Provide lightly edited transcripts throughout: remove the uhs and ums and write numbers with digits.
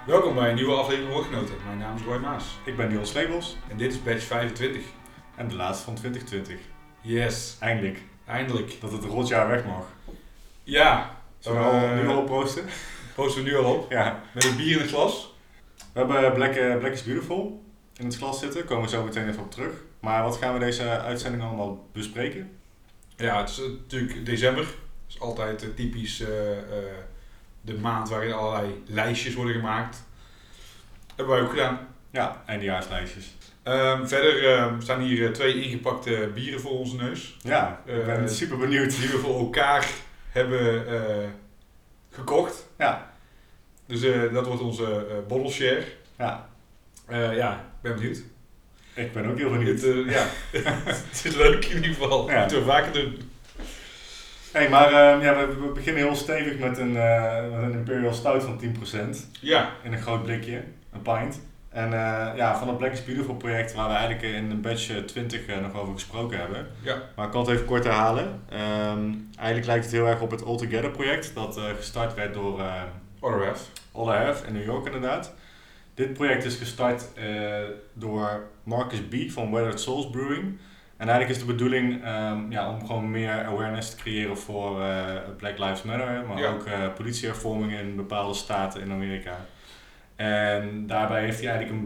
Welkom bij een nieuwe aflevering Woordgenoten. Mijn naam is Roy Maas. Ik ben Niels Lebels. En dit is batch 25. En de laatste van 2020. Yes. Eindelijk. Dat het rotjaar weg mag. Ja. Zullen we nu al proosten? Proosten we nu al op. Ja. Met een bier in het glas. We hebben Black is Beautiful in het glas zitten. Daar komen we zo meteen even op terug. Maar wat gaan we deze uitzending allemaal bespreken? Ja, het is natuurlijk december. Dat is altijd typisch de maand waarin allerlei lijstjes worden gemaakt. Hebben wij ook gedaan. Ja, eindejaarslijstjes. Verder staan hier 2 ingepakte bieren voor onze neus. Ja, ik ben super benieuwd. Die we voor elkaar hebben gekocht. Ja. Dus dat wordt onze bottle share. Ja. Ja, ik ben benieuwd. Ik ben ook heel benieuwd. Ja, het is leuk in ieder geval. Ja. Moeten we vaker doen. Hey, maar we beginnen heel stevig met een Imperial Stout van 10%. Ja. In een groot blikje, een pint. En van het Black is Beautiful project waar we eigenlijk in een batch 20 nog over gesproken hebben. Ja. Maar ik kan het even kort herhalen. Eigenlijk lijkt het heel erg op het All Together project dat gestart werd door Other Half in New York inderdaad. Dit project is gestart door Marcus B. van Weathered Souls Brewing. En eigenlijk is de bedoeling om gewoon meer awareness te creëren voor Black Lives Matter, maar ook politiehervormingen in bepaalde staten in Amerika. En daarbij heeft hij eigenlijk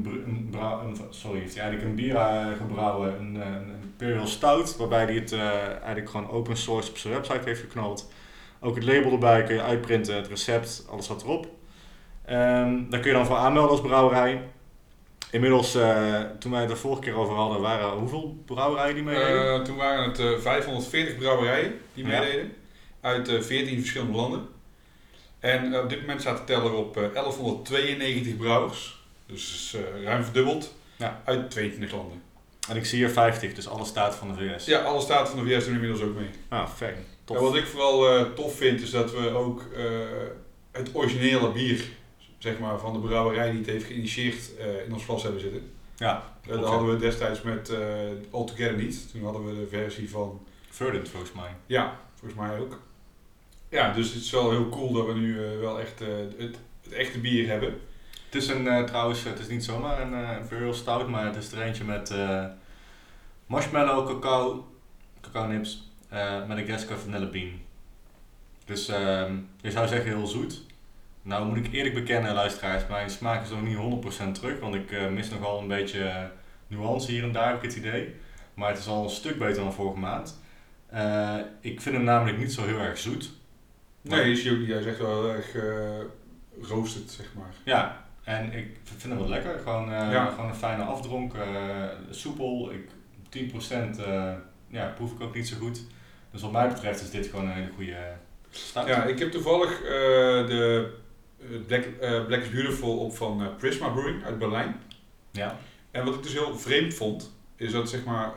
een bier gebrouwen, een Imperial Stout, waarbij hij het eigenlijk gewoon open source op zijn website heeft geknald. Ook het label erbij kun je uitprinten, het recept, alles staat erop. Daar kun je dan voor aanmelden als brouwerij. Inmiddels, toen wij het er vorige keer over hadden, waren hoeveel brouwerijen die meededen? Toen waren het 540 brouwerijen die meededen, uit 14 verschillende landen. En op dit moment staat de teller op 1192 brouwers, dus ruim verdubbeld, uit 22 landen. En ik zie hier 50, dus alle staten van de VS. Ja, alle staten van de VS doen inmiddels ook mee. Ah, fijn. Tof. En wat ik vooral tof vind, is dat we ook het originele bier, zeg maar, van de brouwerij die het heeft geïnitieerd in ons glas hebben zitten. Ja. Dat hadden we destijds met All Together niet. Toen hadden we de versie van Verdant volgens mij. Ja, volgens mij ook. Ja, dus het is wel heel cool dat we nu wel echt het echte bier hebben. Het is trouwens, het is niet zomaar een Imperial Stout, maar het is er eentje met marshmallow, cacao nips, Madagascar vanillebean. Dus je zou zeggen heel zoet. Nou moet ik eerlijk bekennen, luisteraars, mijn smaak is nog niet 100% terug, want ik mis nogal een beetje nuance hier en daar, heb ik het idee. Maar het is al een stuk beter dan vorige maand. Ik vind hem namelijk niet zo heel erg zoet. Nee, jij zegt wel heel erg roasted, zeg maar. Ja, en ik vind hem wel lekker. Gewoon een fijne afdronk, soepel. 10% proef ik ook niet zo goed. Dus wat mij betreft is dit gewoon een hele goede stout. Ja, ik heb toevallig de Black is Beautiful op van Prisma Brewing uit Berlijn. Ja. En wat ik dus heel vreemd vond, is dat zeg maar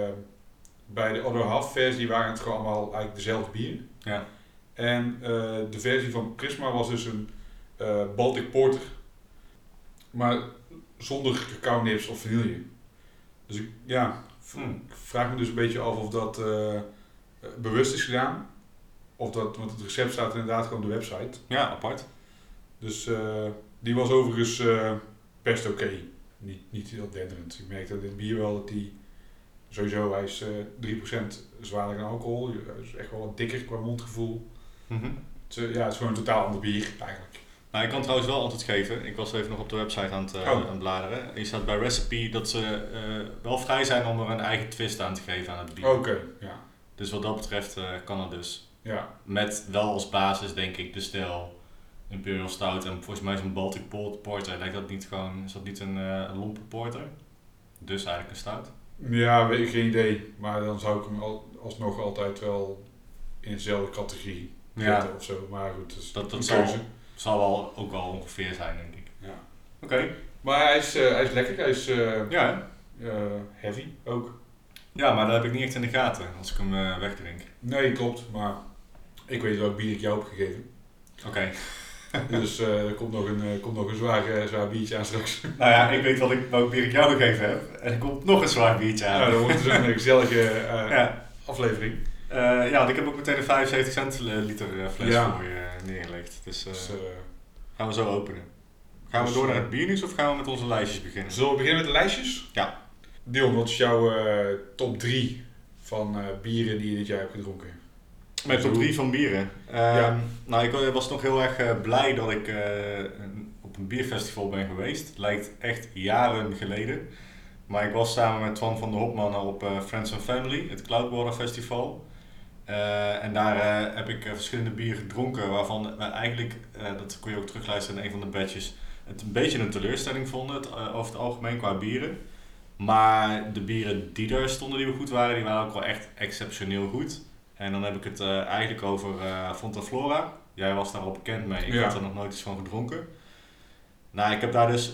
bij de Other Half versie waren het gewoon allemaal eigenlijk dezelfde bier. Ja. En de versie van Prisma was dus een Baltic Porter, maar zonder cacao nips of vanille. Dus ik vraag me dus een beetje af of dat bewust is gedaan. Of dat, want het recept staat inderdaad gewoon op de website. Ja, apart. Dus die was overigens best oké. Niet heel denderend. Ik merkte dat in het bier wel dat die sowieso, hij is 3% zwaarder dan alcohol. Hij is echt wel wat dikker qua mondgevoel. Mm-hmm. Het is gewoon een totaal ander bier eigenlijk. Nou, ik kan trouwens wel antwoord geven. Ik was even nog op de website aan het bladeren. Je staat bij Recipe dat ze wel vrij zijn om er een eigen twist aan te geven aan het bier. Oké, ja. Dus wat dat betreft kan het dus. Ja. Met wel als basis denk ik de stijl Imperial Stout en volgens mij zo'n Baltic Porter. Lijkt dat niet gewoon, is dat niet een lompe porter? Dus eigenlijk een stout? Ja, geen idee. Maar dan zou ik hem alsnog altijd wel in dezelfde categorie zetten of zo. Maar goed, dus dat een zal, keuze. Zal wel ook wel ongeveer zijn, denk ik. Ja. Oké. Maar hij is lekker. Hij is heavy ook. Ja, maar dat heb ik niet echt in de gaten als ik hem wegdrink. Nee, klopt. Maar ik weet welk bier ik jou heb gegeven. Oké. Dus er komt nog een zwaar biertje aan straks. Nou ja, ik weet welk bier ik jou gegeven heb. En er komt nog een zwaar biertje aan. Ja, dan wordt het dus een gezellige aflevering. Want ik heb ook meteen een 75 centiliter fles voor je neergelegd. Dus gaan we zo openen. Gaan we door naar het biernieuws of gaan we met onze lijstjes beginnen? Zullen we beginnen met de lijstjes? Ja. Dion, wat is jouw top 3 van bieren die je dit jaar hebt gedronken? Mijn top 3 van bieren? Nou, ik was nog heel erg blij dat ik op een bierfestival ben geweest. Het lijkt echt jaren geleden. Maar ik was samen met Twan van der Hopman op Friends and Family, het Cloudwater Festival. En daar heb ik verschillende bieren gedronken waarvan we eigenlijk, dat kon je ook terugluisteren in een van de badges, het een beetje een teleurstelling vonden over het algemeen qua bieren. Maar de bieren die er stonden die goed waren, die waren ook wel echt exceptioneel goed. En dan heb ik het eigenlijk over Fontaflora. Jij was daar al bekend mee, ik had er nog nooit iets van gedronken. Nou, ik heb daar dus,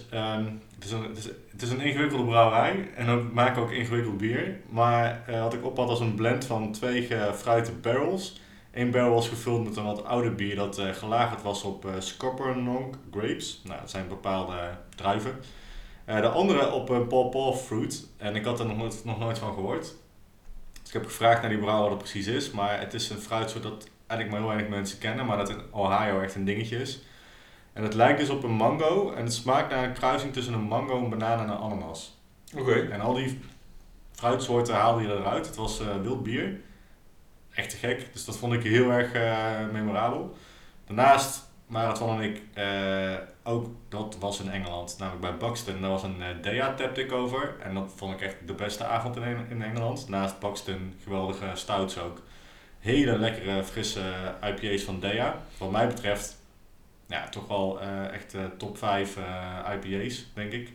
het is een ingewikkelde brouwerij en we maken ook ingewikkeld bier. Maar wat ik ophad als een blend van 2 gefruite barrels. 1 barrel was gevuld met een wat ouder bier dat gelagerd was op Scoppernong grapes. Nou, dat zijn bepaalde druiven. De andere op een Paw fruit en ik had er nog nooit van gehoord. Dus ik heb gevraagd naar die brouwer wat het precies is, maar het is een fruitsoort dat eigenlijk maar heel weinig mensen kennen, maar dat in Ohio echt een dingetje is. En het lijkt dus op een mango en het smaakt naar een kruising tussen een mango, een banaan en een ananas. Oké. En al die fruitsoorten haalde je eruit. Het was wild bier. Echt te gek, dus dat vond ik heel erg memorabel. Daarnaast waren Twan en ik ook, dat was in Engeland, namelijk bij Buxton. Daar was een Dea Taptic over en dat vond ik echt de beste avond in Engeland. Naast Buxton geweldige stouts ook. Hele lekkere frisse IPA's van Dea. Wat mij betreft ja, toch wel echt top 5 IPA's, denk ik.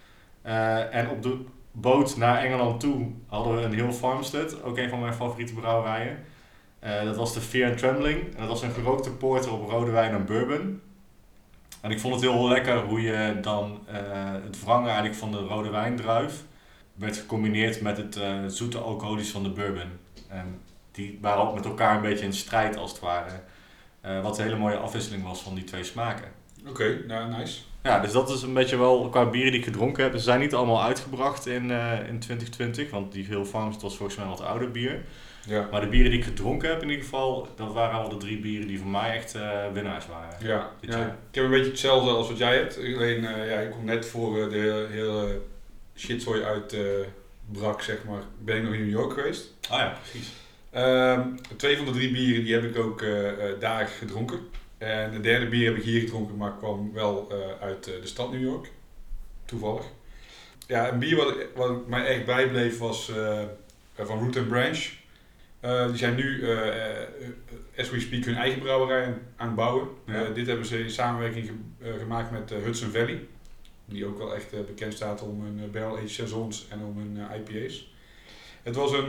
En op de boot naar Engeland toe hadden we een heel Farmstead, ook een van mijn favoriete brouwerijen. Dat was de Fear and Trembling. En dat was een gerookte porter op rode wijn en bourbon. En ik vond het heel lekker hoe je dan het wrangen eigenlijk van de rode wijndruif werd gecombineerd met het zoete alcoholisch van de bourbon. En die waren ook met elkaar een beetje in strijd als het ware. Wat een hele mooie afwisseling was van die 2 smaken. Oké, nou nice. Ja, dus dat is een beetje wel qua bieren die ik gedronken heb. Ze zijn niet allemaal uitgebracht in 2020, want die Hill Farms was volgens mij wat ouder bier. Ja. Maar de bieren die ik gedronken heb in ieder geval, dat waren al de 3 bieren die voor mij echt winnaars waren. Ja, ik heb een beetje hetzelfde als wat jij hebt. Alleen, ik kom net voor de hele shitzooi uit brak, zeg maar, ben ik nog in New York geweest. Ah ja, precies. 2 van de 3 bieren die heb ik ook daar gedronken. En de derde bier heb ik hier gedronken, maar kwam wel uit de stad New York. Toevallig. Ja, een bier wat mij echt bijbleef was van Root & Branch. Die zijn nu, as we speak, hun eigen brouwerij aan het bouwen. Ja. Dit hebben ze in samenwerking gemaakt met Hudson Valley. Die ook wel echt bekend staat om hun barrel-aged saisons en om hun IPA's. Het was een...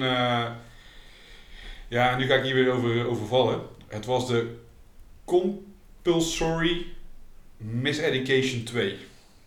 nu ga ik hier weer over vallen. Het was de Compulsory Miseducation 2.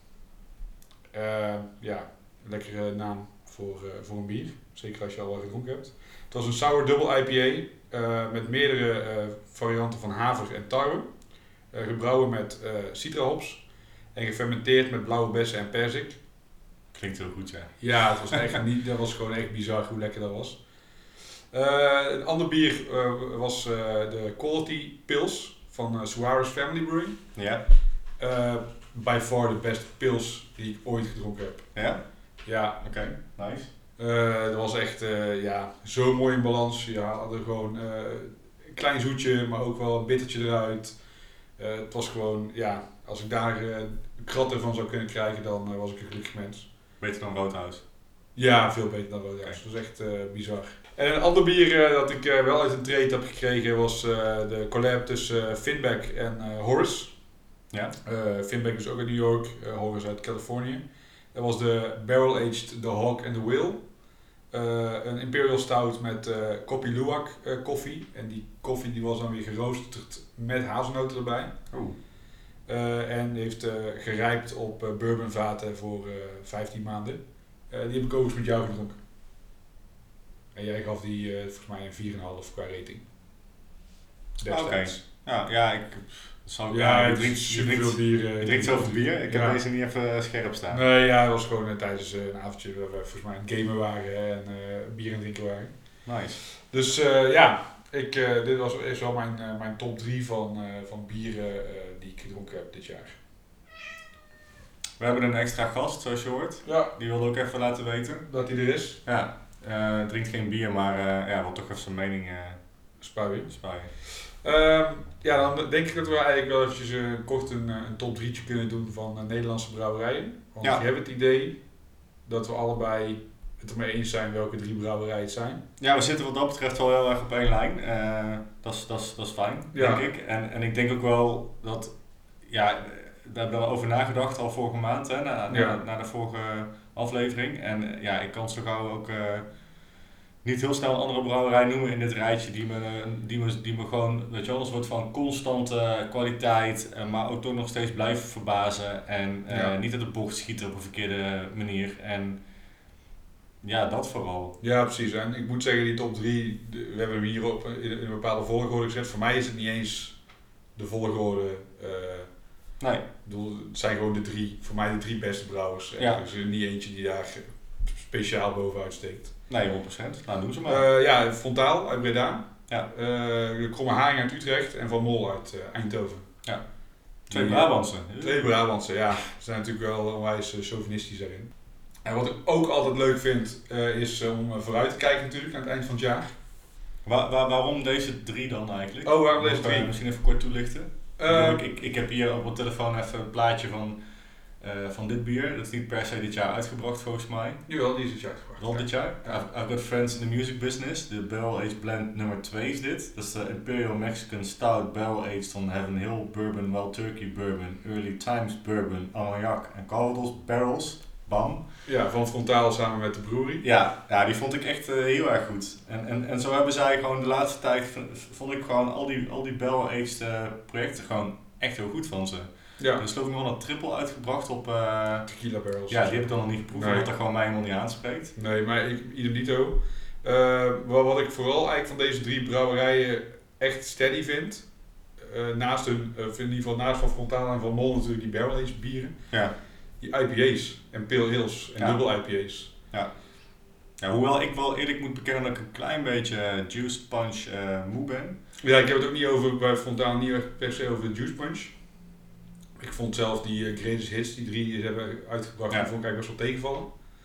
Lekkere naam voor een bier. Zeker als je al gedronken hebt. Het was een sour double IPA met meerdere varianten van haver en tarwe. Gebrouwen met citrahops en gefermenteerd met blauwe bessen en perzik. Klinkt heel goed, ja. Ja, het was echt dat was gewoon echt bizar hoe lekker dat was. Een ander bier was de Quality Pils van Suarez Family Brewing. Ja. By far de beste pils die ik ooit gedronken heb. Ja? Ja. Oké, nice. Dat was echt zo mooi in balans. Je had er gewoon een klein zoetje, maar ook wel een bittertje eruit. Het was gewoon, als ik daar een krat ervan zou kunnen krijgen, dan was ik een gelukkig mens. Beter dan Roodhouse? Ja, veel beter dan Roodhouse. Dat was echt bizar. En een ander bier dat ik wel uit een trade heb gekregen was de collab tussen Finback en Horace. Ja. Finback is ook uit New York, Horace uit Californië. Dat was de Barrel Aged The Hawk and the Whale. Een Imperial Stout met Kopi Luwak koffie. En die koffie die was dan weer geroosterd met hazelnoten erbij. En heeft gerijpt op bourbonvaten voor 15 maanden. Die heb ik overigens met jou gedronken. En jij gaf die volgens mij een 4,5 qua rating. Oké. Je drinkt superveel bier. Je drinkt zoveel bier. Ik heb deze niet even scherp staan. Nee, ja, het was gewoon tijdens een avondje waar we volgens mij aan het gamen waren en bier aan het drinken waren. Nice. Dus dit is wel mijn top 3 van bieren die ik gedronken heb dit jaar. We hebben een extra gast, zoals je hoort. Ja. Die wilde ook even laten weten. Dat hij er is. Ja, drinkt geen bier, maar wil toch even zijn mening spuien. Ja, dan denk ik dat we eigenlijk wel eventjes kort een top 3'tje kunnen doen van Nederlandse brouwerijen. Want je hebt het idee dat we allebei het ermee eens zijn welke 3 brouwerijen het zijn. Ja, we zitten wat dat betreft wel heel erg op één lijn. Dat is fijn, denk ik. En ik denk ook wel dat, daar hebben we over nagedacht al vorige maand, hè, na de vorige aflevering. En ik kan zo gauw ook niet heel snel een andere brouwerij noemen in dit rijtje die me gewoon, weet je wel, een soort van constante kwaliteit, maar ook toch nog steeds blijven verbazen en niet uit de bocht schieten op een verkeerde manier. En ja, dat vooral. Ja, precies. En ik moet zeggen, die top 3, we hebben hem hier op in een bepaalde volgorde gezet. Voor mij is het niet eens de volgorde. Nee. Ik bedoel, het zijn gewoon voor mij de 3 beste brouwers. Ja. Er is er niet eentje die daar speciaal bovenuit steekt. Nee, 100%. Nou, doen ze maar. Fontaal uit Breda. Ja. De Kromme Haring uit Utrecht en Van Mol uit Eindhoven. Ja. 2 Brabantse. 2 Brabantse, ja. Ze zijn natuurlijk wel onwijs chauvinistisch daarin. En wat ik ook altijd leuk vind, is om vooruit te kijken natuurlijk aan het eind van het jaar. Waarom deze 3 dan eigenlijk? Oh, waarom deze 3? Misschien even kort toelichten. Ik heb hier op mijn telefoon even een plaatje van dit bier. Dat is niet per se dit jaar uitgebracht volgens mij. Jawel, die is dit jaar uitgebracht. Wel dit jaar? I've got friends in the music business. De Barrel Aged Blend nummer 2 is dit. Dat is de Imperial Mexican Stout Barrel Aged van Heaven Hill Bourbon, Wild Turkey Bourbon, Early Times Bourbon, Armagnac en Calvados Barrels. Bam. Ja, van Frontaal samen met de brewery. Ja, die vond ik echt heel erg goed. En zo hebben zij gewoon de laatste tijd, vond ik gewoon al die barrel-aged projecten gewoon echt heel goed van ze. Ja. Er is geloof ik nog wel een triple uitgebracht op... Tequila barrels. Ja, die heb ik dan nog niet geproefd, omdat dat gewoon mij helemaal niet aanspreekt. Nee, maar idem dito. Wat ik vooral eigenlijk van deze 3 brouwerijen echt steady vind, naast in ieder geval naast van Frontaal en Van Mol natuurlijk die barrel-aged bieren. Ja. Die IPA's en pale ales en dubbel IPA's. Ja. Hoewel ik wel eerlijk moet bekennen dat ik een klein beetje juice punch moe ben. Ja, ik heb het ook niet over, bij Frontaal niet echt per se over de juice punch. Ik vond zelf die Greatest Hits, die 3 hebben uitgebracht, die vond ik eigenlijk best wel tegenvallen.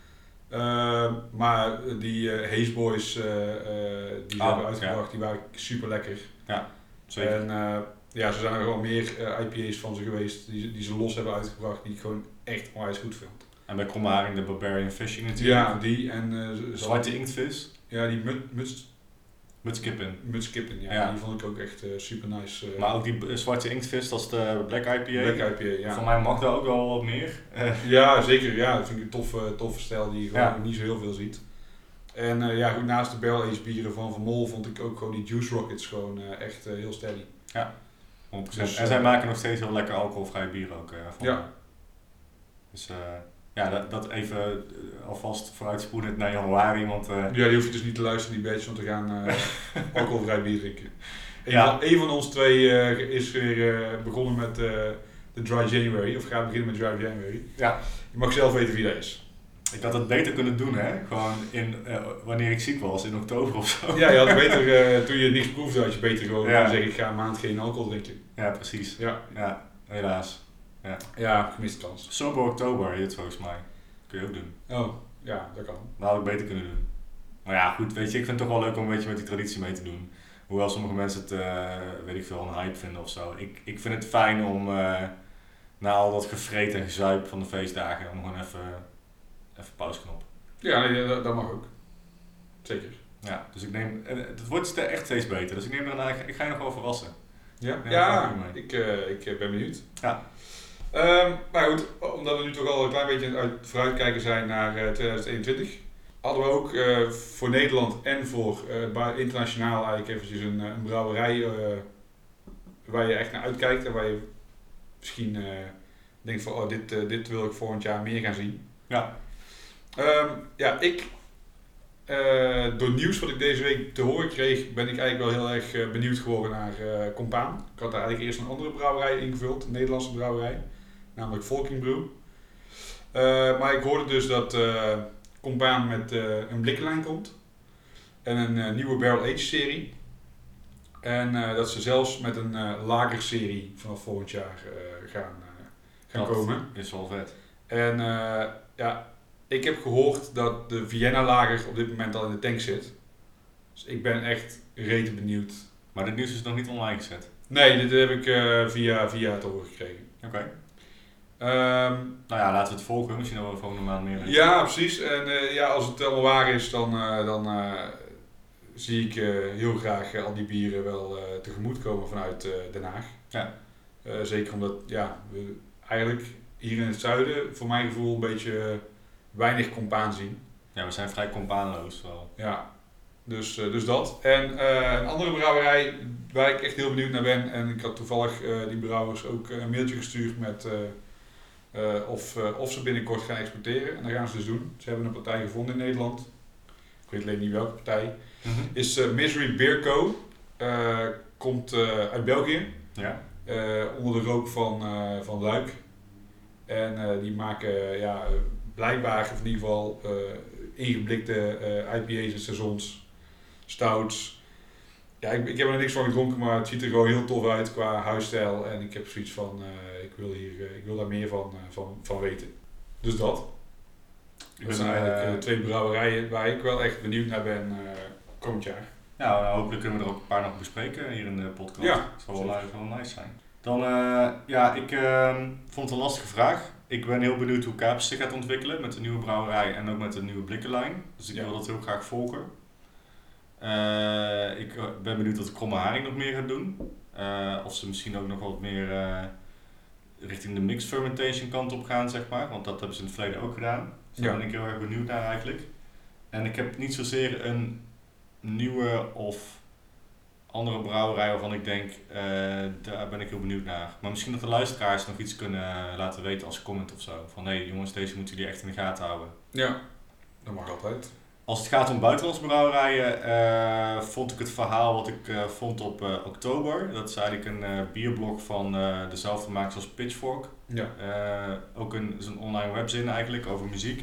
Maar die Haze Boys die ze hebben uitgebracht, die waren super lekker. Ja, zeker. En ze zijn er wel meer IPA's van ze geweest die ze los hebben uitgebracht, die ik gewoon echt onwijs goed vind. En bij Kromme Haring de Barbarian Fishing natuurlijk. Ja, die en... Zwarte Inktvis. Ja, die Mutskippen. Mutskippen, ja. Die vond ik ook echt super nice. Maar ook die Zwarte Inktvis, dat is de Black IPA. Black IPA, ja. Voor mij mag dat ook wel wat meer. Ja, zeker. Ja, dat vind ik een toffe stijl die je gewoon niet zo heel veel ziet. En goed, naast de barrel aged bieren van Mol vond ik ook gewoon die Juice Rockets gewoon echt heel steady. Ja, 100%. Dus, en zij maken nog steeds heel lekker alcoholvrij bier ook. Ja. Dus dat even alvast vooruitspoelen naar januari. Want, die hoef je dus niet te luisteren, die badge, want we gaan alcoholvrij bier drinken. Eén van ons 2 is weer begonnen met de Dry January, of gaat beginnen met Dry January. Ja. Je mag zelf weten wie dat is. Ik had het beter kunnen doen, hè? Gewoon wanneer ik ziek was, in oktober of zo. Ja, je had beter, toen je het niet geproefd had, je beter gewoon kunnen zeggen, ik ga een maand geen alcohol drinken. Ja, precies. Ja, helaas. Ja, gemiste kans. Sober oktober, dit volgens mij. Kun je ook doen. Oh, ja, dat kan. Dat had ik beter kunnen doen. Maar ja, goed, weet je, ik vind het toch wel leuk om een beetje met die traditie mee te doen. Hoewel sommige mensen het, weet ik veel, een hype vinden of zo. Ik vind het fijn om, na al dat gefreet en gezuip van de feestdagen, om gewoon even pauzeknop. Ja, nee, dat mag ook. Zeker. Ja, dus ik neem, het wordt echt steeds beter, dus ik neem eraan, ik ga je nog wel verrassen. Ja, ik ben benieuwd. Ja. Maar goed, omdat we nu toch al een klein beetje aan het vooruitkijken zijn naar 2021, hadden we ook voor Nederland en voor internationaal eigenlijk eventjes een brouwerij waar je echt naar uitkijkt en waar je misschien denkt van dit wil ik volgend jaar meer gaan zien. Ja. Door nieuws wat ik deze week te horen kreeg, ben ik eigenlijk wel heel erg benieuwd geworden naar Compaan. Ik had daar eigenlijk eerst een andere brouwerij ingevuld, een Nederlandse brouwerij, namelijk Volking Brew. Maar ik hoorde dus dat Compaan met een blikkenlijn komt en een nieuwe barrel aged serie. En dat ze zelfs met een lagerserie vanaf volgend jaar gaan komen. Dat is wel vet. En ik heb gehoord dat de Vienna lager op dit moment al in de tank zit. Dus ik ben echt rete benieuwd. Maar dit nieuws is nog niet online gezet? Nee, dit heb ik via het horen gekregen. Oké. Laten we het volgen. Misschien dat we volgende maand meer weten. Ja, precies. En als het allemaal waar is, dan zie ik heel graag al die bieren wel tegemoet komen vanuit Den Haag. Ja. Zeker omdat we eigenlijk hier in het zuiden, voor mijn gevoel, een beetje weinig compaan zien. Ja, we zijn vrij compaanloos wel. Ja, dus dat. En een andere brouwerij waar ik echt heel benieuwd naar ben, en ik had toevallig die brouwers ook een mailtje gestuurd met of ze binnenkort gaan exporteren. En dat gaan ze dus doen. Ze hebben een partij gevonden in Nederland. Ik weet alleen niet welke partij. Is Misery Beer Co. Komt uit België. Ja. Onder de rook van Luik. En die maken blijkbaar, of in ieder geval ingeblikte IPA's en saisons, stouts. Ja, ik heb er niks van gedronken, maar het ziet er gewoon heel tof uit qua huisstijl. En ik heb zoiets van, ik wil daar meer van weten. Dus dat. Dat zijn eigenlijk 2 brouwerijen waar ik wel echt benieuwd naar ben komend jaar. Ja, hopelijk kunnen we er ook een paar nog bespreken hier in de podcast. Ja, dat zal wel nice zijn. Dan, ik vond het een lastige vraag. Ik ben heel benieuwd hoe Kaapse zich gaat ontwikkelen met de nieuwe brouwerij en ook met de nieuwe blikkenlijn. Dus ik wil dat heel graag volgen. Ik ben benieuwd wat de Kromme Haring nog meer gaat doen. Of ze misschien ook nog wat meer richting de mixed fermentation kant op gaan, zeg maar. Want dat hebben ze in het verleden ook gedaan. Dus daar ben ik heel erg benieuwd naar eigenlijk. En ik heb niet zozeer een nieuwe of andere brouwerij waarvan ik denk, daar ben ik heel benieuwd naar. Maar misschien dat de luisteraars nog iets kunnen laten weten als comment of zo. Van hey jongens, deze moeten jullie echt in de gaten houden. Ja, dat mag altijd. Als het gaat om buitenlandse brouwerijen, vond ik het verhaal wat ik vond op oktober. Dat is eigenlijk een bierblog van dezelfde makers als Pitchfork. Ja. Ook een online webzin eigenlijk over muziek.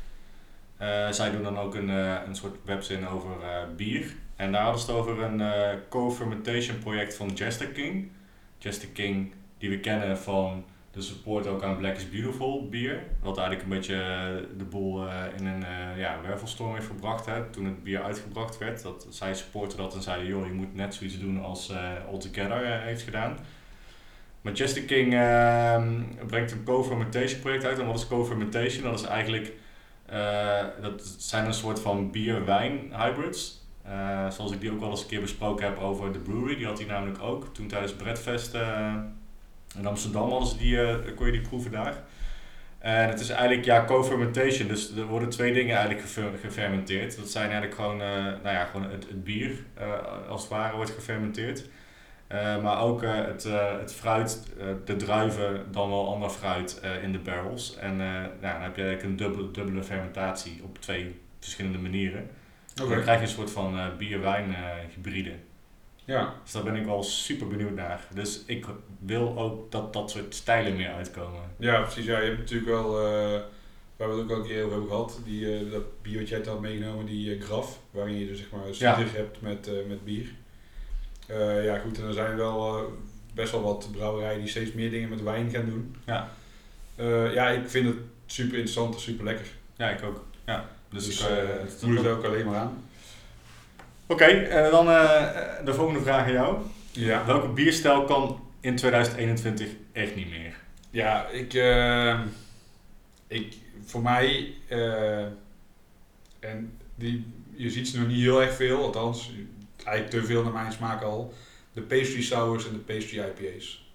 Zij doen dan ook een soort webzin over bier. En daar hadden ze het over een co-fermentation project van Jester King. Jester King die we kennen van de support ook aan Black is Beautiful bier. Wat eigenlijk een beetje de boel in een wervelstorm heeft gebracht. Hè, toen het bier uitgebracht werd. Dat, zij supporten dat en zeiden joh, je moet net zoiets doen als All Together heeft gedaan. Maar Jester King brengt een co-fermentation project uit. En wat is co-fermentation? Dat is eigenlijk dat zijn een soort van bier-wijn hybrids. Zoals ik die ook wel eens een keer besproken heb over de brewery. Die had die namelijk ook. Toen tijdens Bredfest in Amsterdam hadden ze kon je die proeven daar. En het is eigenlijk co-fermentation. Dus er worden 2 dingen eigenlijk gefermenteerd. Dat zijn eigenlijk gewoon het bier als het ware wordt gefermenteerd. Maar ook het fruit, de druiven, dan wel ander fruit in de barrels. En dan heb je eigenlijk een dubbele fermentatie op 2 verschillende manieren. Okay. Dan krijg je een soort van bier-wijn hybride. Ja. Dus daar ben ik wel super benieuwd naar. Dus ik wil ook dat soort stijlen meer uitkomen. Ja, precies. Ja, je hebt natuurlijk wel, waar we het ook al een keer over hebben gehad, dat bier wat jij had meegenomen, die graf, waarin je dus zeg maar cider hebt met bier. Goed, en er zijn wel best wel wat brouwerijen die steeds meer dingen met wijn gaan doen. Ja. Ik vind het super interessant en super lekker. Ja, ik ook. Ja. Dus ik moet het ook alleen maar aan. Oké, dan de volgende vraag aan jou. Ja. Welke bierstijl kan in 2021 echt niet meer? Ja, voor mij, en je ziet ze nog niet heel erg veel, althans eigenlijk te veel naar mijn smaak al, de pastry sours en de pastry IPA's.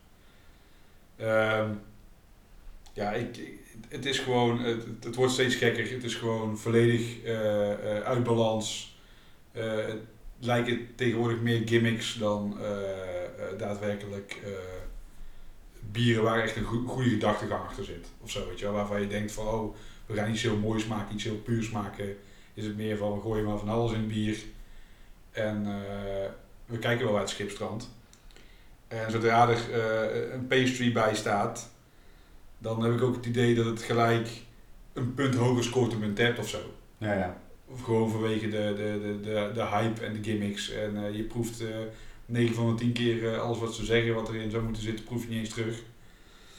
Het is gewoon, het wordt steeds gekker, het is gewoon volledig uit balans. Het lijken tegenwoordig meer gimmicks dan daadwerkelijk bieren waar echt een goede gedachtegang achter zit. Of zo, weet je wel, waarvan je denkt van oh, we gaan iets heel moois maken, iets heel puurs maken. Is het meer van we gooien maar van alles in bier en we kijken wel waar het schip strandt. En zodra er een pastry bij staat, dan heb ik ook het idee dat het gelijk een punt hoger scoort op een tap of zo. Ja. Of gewoon vanwege de hype en de gimmicks. En je proeft 9 van de 10 keer alles wat ze zeggen, wat erin zou moeten zitten, proef je niet eens terug.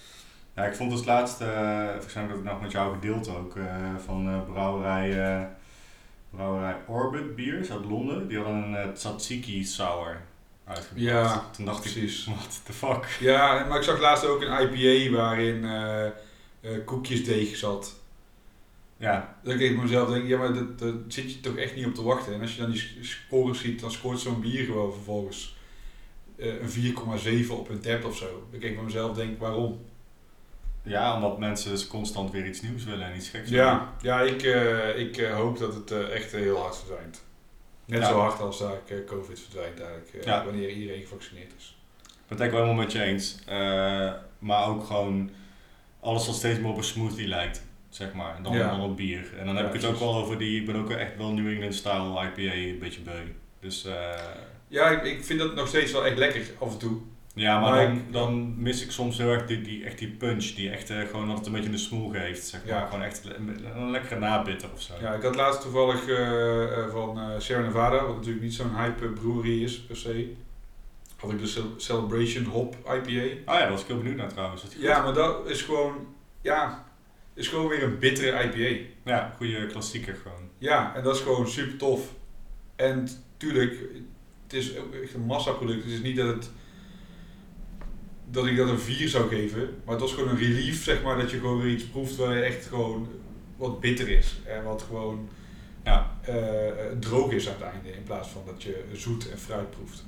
Ja, ik vond dus laatst, volgens mij heb ik dat nog met jou gedeeld ook, van brouwerij Orbit Beers uit Londen. Die hadden een tzatziki sour uitgebracht. Ja, toen dacht precies. ik, what the fuck? Ja, maar ik zag laatst ook een IPA waarin koekjesdeeg zat. Ja. Dan denk ik bij mezelf, ja, maar daar zit je toch echt niet op te wachten. En als je dan die scores ziet, dan scoort zo'n bier gewoon vervolgens een 4,7 op een tap of zo. Dan denk ik bij mezelf, waarom? Ja, omdat mensen dus constant weer iets nieuws willen en iets geks. Ja, ik hoop dat het echt heel hard verdwijnt. Net zo hard als daar COVID verdwijnt eigenlijk, wanneer iedereen gevaccineerd is. Dat ben ik wel helemaal met je eens. Maar ook gewoon alles wat steeds meer op een smoothie lijkt, zeg maar. Dan op bier. En dan heb ik het ook wel over ik ben ook echt wel New England style IPA een beetje beu. Dus, ja, ik vind dat nog steeds wel echt lekker af en toe. Ja, maar dan mis ik soms heel erg die punch, die echt gewoon altijd een beetje een smoel geeft, zeg maar. Gewoon echt een lekkere nabitter of zo. Ja, ik had laatst toevallig van Sierra Nevada, wat natuurlijk niet zo'n hype brewery is per se, had ik de Celebration Hop IPA. Ah ja, daar was ik heel benieuwd naar trouwens. Ja, maar dat is gewoon weer een bittere IPA. Ja, goede klassieker gewoon. Ja, en dat is gewoon super tof. En tuurlijk, het is ook echt een massaproduct. Het is niet dat ik dat een 4 zou geven, maar het was gewoon een relief, zeg maar, dat je gewoon weer iets proeft waar je echt gewoon wat bitter is. En wat gewoon droog is aan het einde, in plaats van dat je zoet en fruit proeft.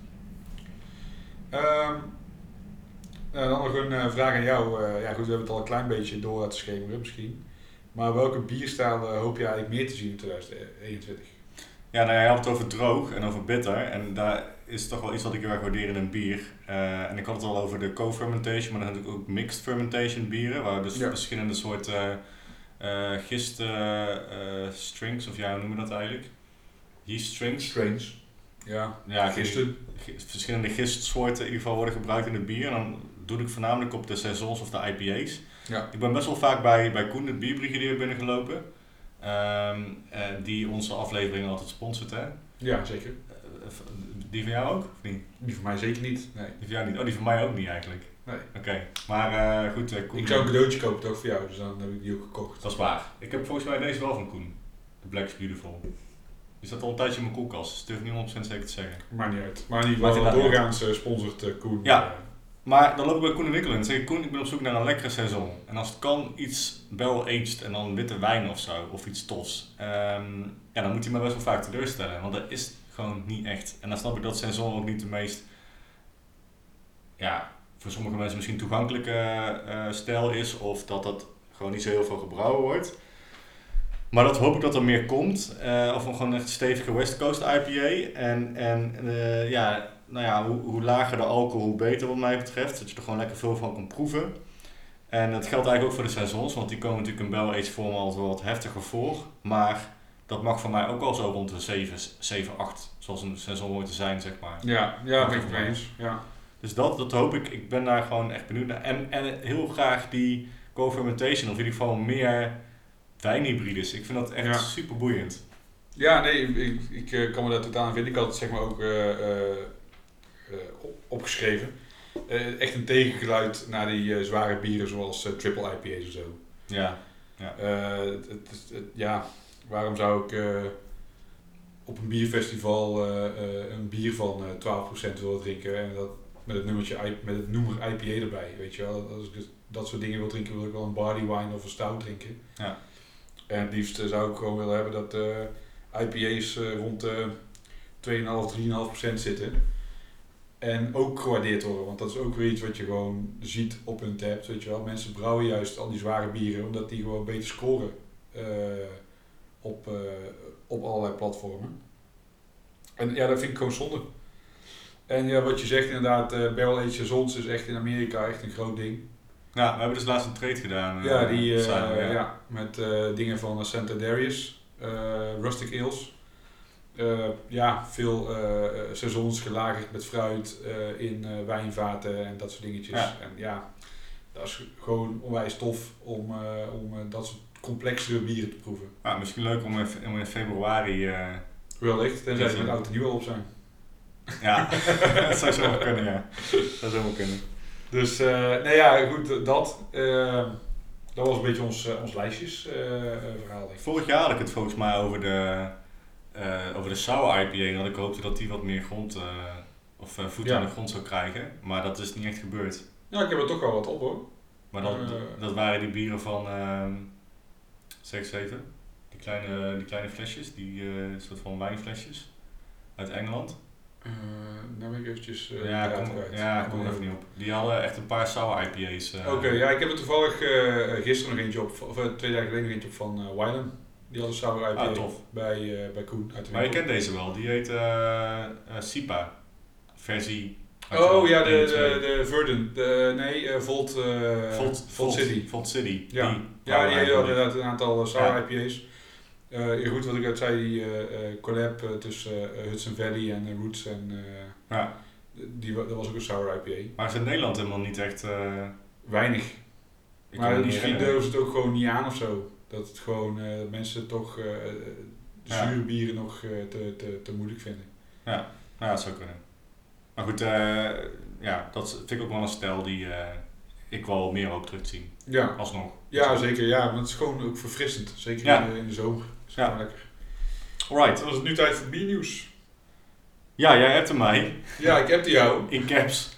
Nou, dan nog een vraag aan jou. Ja goed, we hebben het al een klein beetje door laten schemeren misschien. Maar welke bierstijlen hoop je eigenlijk meer te zien in 2021? Ja, nou ja, je had het over droog en over bitter. En daar is toch wel iets wat ik heel erg waardeer in een bier. En ik had het al over de co-fermentation, maar dan natuurlijk ook mixed fermentation bieren. Waar dus verschillende soorten gist strings, of hoe noem je dat eigenlijk? Yeast strings. Ja, gisten. Verschillende gistsoorten in ieder geval worden gebruikt in het bier. En dan doe ik voornamelijk op de saisons of de IPA's. Ja. Ik ben best wel vaak bij Koen, de bierbrigadier, binnengelopen. Die onze afleveringen altijd sponsort, hè? Ja, zeker. Die van jou ook, of niet? Die van mij zeker niet, nee. Die van jou niet? Oh, die van mij ook niet eigenlijk. Nee. Oké. Maar goed, Koen... Ik zou een cadeautje kopen toch voor jou, dus dan heb ik die ook gekocht. Dat is waar. Ik heb volgens mij deze wel van Koen. De Black's Beautiful. Die staat al een tijdje in mijn koelkast, dus durf ik niet 100% zeker te zeggen. Maakt niet uit. Maar in ieder geval doorgaans sponsort Koen. Ja. Maar dan loop ik bij Koen de winkel in en zeg ik, Koen, ik ben op zoek naar een lekkere saison. En als het kan, iets barrel-aged en dan witte wijn of zo, of iets tofs. Dan moet hij me best wel vaak teleurstellen, want dat is gewoon niet echt. En dan snap ik dat saison ook niet de meest, voor sommige mensen misschien toegankelijke stijl is, of dat dat gewoon niet zo heel veel gebrouwen wordt. Maar dat hoop ik dat er meer komt. Of gewoon echt een stevige West Coast IPA. Hoe lager de alcohol, hoe beter wat mij betreft. Dat je er gewoon lekker veel van kan proeven. En dat geldt eigenlijk ook voor de saisons. Want die komen natuurlijk in barrel-aged vorm altijd wel wat heftiger voor. Maar dat mag voor mij ook wel zo rond de 7, 8. Zoals een saison hoort te zijn, zeg maar. Ja, ben ik het mee eens. Ja. Dus dat hoop ik. Ik ben daar gewoon echt benieuwd naar. En heel graag die co-fermentation. Of in ieder geval meer wijnhybrides. Ik vind dat echt super boeiend. Ja, nee, ik kan me daar totaal aan vinden. Ik had het zeg maar ook opgeschreven. Echt een tegengeluid naar die zware bieren zoals triple IPA's en zo. Ja. Waarom zou ik op een bierfestival een bier van 12% willen drinken en dat met het noemer IPA erbij, weet je wel. Als ik dus dat soort dingen wil drinken, wil ik wel een barley wine of een stout drinken. Ja. En het liefst zou ik gewoon willen hebben dat IPA's rond de 2,5-3,5% zitten. En ook gewaardeerd worden, want dat is ook weer iets wat je gewoon ziet op hun tap, weet je wel. Mensen brouwen juist al die zware bieren, omdat die gewoon beter scoren op allerlei platformen. En ja, dat vind ik gewoon zonde. En ja, wat je zegt inderdaad, barrel-aged saisons is echt in Amerika echt een groot ding. Ja, we hebben dus laatst een trade gedaan. Met dingen van Santa Darius, Rustic Ales. Veel saisons gelagerd met fruit in wijnvaten en dat soort dingetjes. Ja. En ja, dat is gewoon onwijs tof om dat soort complexere bieren te proeven. Ja, misschien leuk om in februari... Wellicht, tenzij ze met oud en nieuw al op zijn. Ja, dat zou zomaar kunnen, ja. Dat zou zomaar kunnen. Dus, nou ja, goed, dat was een beetje ons lijstjesverhaal. Vorig jaar had ik het volgens mij over de Sour IPA. En had ik hoopte dat die wat meer grond, voet aan de grond zou krijgen. Maar dat is niet echt gebeurd. Ja, ik heb er toch wel wat op hoor. Maar dat waren die bieren van, zeg eens even, die kleine flesjes, die soort van wijnflesjes uit Engeland. Nou ben ik eventjes ik kom er even niet op. Die hadden echt een paar sour IPA's. Oké, ja, ik heb er toevallig gisteren nog eentje op, of 2 dagen geleden nog eentje op van Wylam. Die had een sour IPA tof. bij Koen. Maar je kent deze wel, die heet SIPA versie. Oh ja, de Verdant. Volt City. Volt City. Ja, die had inderdaad een aantal sour IPA's. Goed, wat ik uit zei, die collab tussen Hudson Valley en Roots en dat was ook een sour IPA. Maar is in Nederland helemaal niet echt... Weinig. Maar misschien durven ze het ook gewoon niet aan of zo. Dat het gewoon mensen toch zure bieren nog te moeilijk vinden. Ja, dat zou kunnen. Maar goed, dat vind ik ook wel een stijl die ik wel meer ook terugzie. Ja. Alsnog. Ja, zeker. Ja, maar het is gewoon ook verfrissend. Zeker in de zomer. Is gewoon lekker. Alright. Dan is het nu tijd voor biernieuws. Ja, jij hebt er mij. Ja, ik heb die jou. In caps.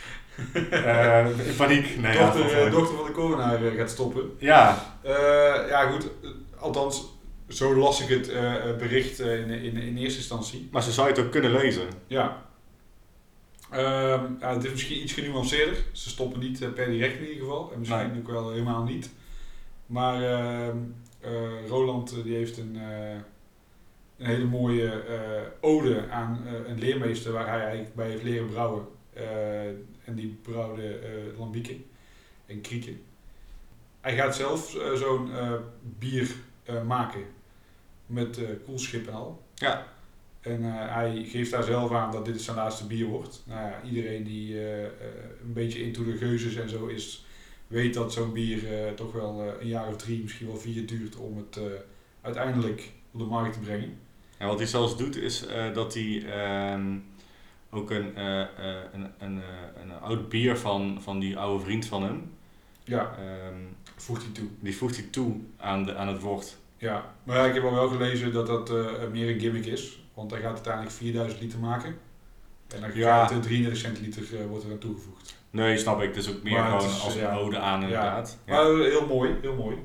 In paniek. Nee, dochter van de coronaar gaat stoppen. Ja. Goed. Althans, zo las ik het bericht in eerste instantie. Maar ze zou je het ook kunnen lezen. Ja. Het is misschien iets genuanceerder. Ze stoppen niet per direct in ieder geval. En misschien ook wel helemaal niet. Maar Roland die heeft een hele mooie ode aan een leermeester waar hij eigenlijk bij heeft leren brouwen. En die brouwde lambieken en krieken. Hij gaat zelf zo'n bier maken met koelschip en al. Ja. En hij geeft daar zelf aan dat dit zijn laatste bier wordt. Nou ja, iedereen die een beetje into de geuzes en zo is, weet dat zo'n bier toch wel een jaar of 3, misschien wel 4 duurt om het uiteindelijk op de markt te brengen. En wat hij zelfs doet is dat hij ook een oud bier van die oude vriend van hem. Ja, voegt hij toe. Die voegt hij toe aan het wort. Ja, maar ik heb al wel gelezen dat dat meer een gimmick is. Want hij gaat uiteindelijk 4000 liter maken. En dan gaat 33 centiliter wordt er aan toegevoegd. Nee, snap ik. Het is ook meer gewoon als een ode aan inderdaad. Ja. Maar heel mooi, heel mooi.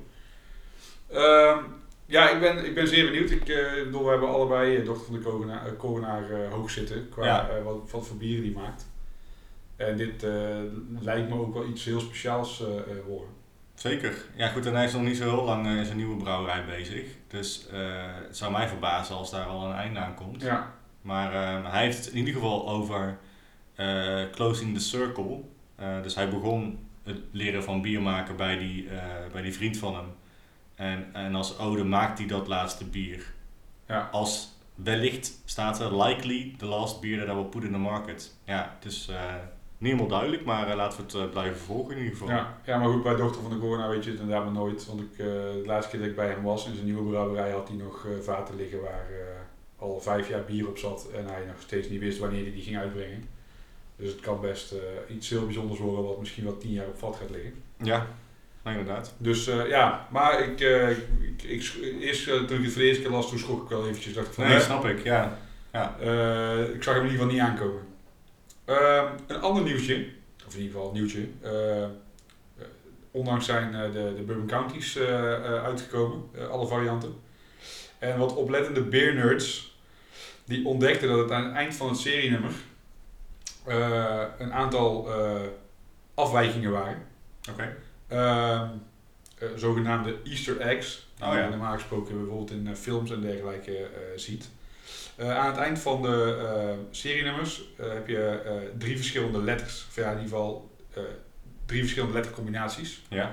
Ik ben zeer benieuwd. We hebben allebei dochter van de coronaar hoog zitten qua wat voor bieren die maakt. En dit lijkt me ook wel iets heel speciaals worden. Zeker. Ja goed, en hij is nog niet zo heel lang in zijn nieuwe brouwerij bezig. Dus het zou mij verbazen als daar al een einde aan komt. Ja. Maar hij heeft het in ieder geval over closing the circle. Dus hij begon het leren van bier maken bij die vriend van hem. En als ode maakt hij dat laatste bier. Ja. Als wellicht staat er likely the last beer that I will put in the market. Ja, het is niet helemaal duidelijk, maar laten we het blijven volgen in ieder geval. Ja, maar goed, bij dochter van de corona weet je het inderdaad maar nooit. Want de laatste keer dat ik bij hem was in zijn nieuwe brouwerij had hij nog vaten liggen waar al 5 jaar bier op zat. En hij nog steeds niet wist wanneer hij die ging uitbrengen. Dus het kan best iets heel bijzonders worden wat misschien wel 10 jaar op vat gaat liggen. Ja. Inderdaad. Dus maar eerst toen ik het voor de eerste keer las, toen schrok ik wel eventjes. Dacht ik van, nee, snap ik, ja. Ik zag hem in ieder geval niet aankomen. Een ander nieuwtje, of in ieder geval een nieuwtje. Onlangs zijn de Bourbon Counties uitgekomen, alle varianten. En wat oplettende beer nerds, die ontdekten dat het aan het eind van het serienummer een aantal afwijkingen waren. Oké. Zogenaamde Easter eggs, die je normaal gesproken bijvoorbeeld in films en dergelijke ziet. Aan het eind van de serienummers heb je 3 verschillende letters, of in ieder geval 3 verschillende lettercombinaties. Ja.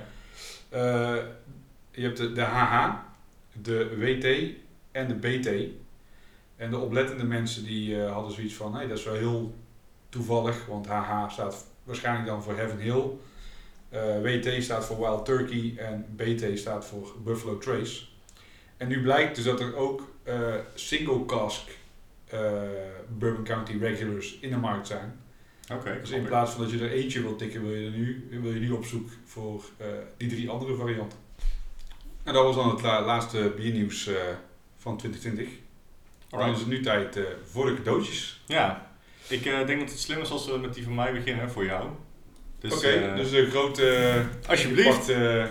Je hebt de HH, de WT en de BT. En de oplettende mensen die hadden zoiets van, dat is wel heel toevallig, want HH staat waarschijnlijk dan voor Heaven Hill. WT staat voor Wild Turkey en BT staat voor Buffalo Trace. En nu blijkt dus dat er ook single cask Bourbon County regulars in de markt zijn. Oké. Dus in plaats van dat je er eentje wil tikken, wil je nu op zoek voor die 3 andere varianten. En dat was dan het laatste biernieuws van 2020. Dan is het nu tijd voor de cadeautjes. Ja, ik denk dat het slim is als we met die van mij beginnen, voor jou. Dus, Oké, dus de grote... alsjeblieft.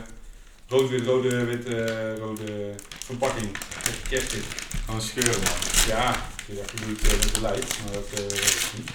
rode verpakking. Met kerst in. Gewoon scheuren, man. Ja, ik dacht, je doet het met de lijf, maar dat weet ik niet.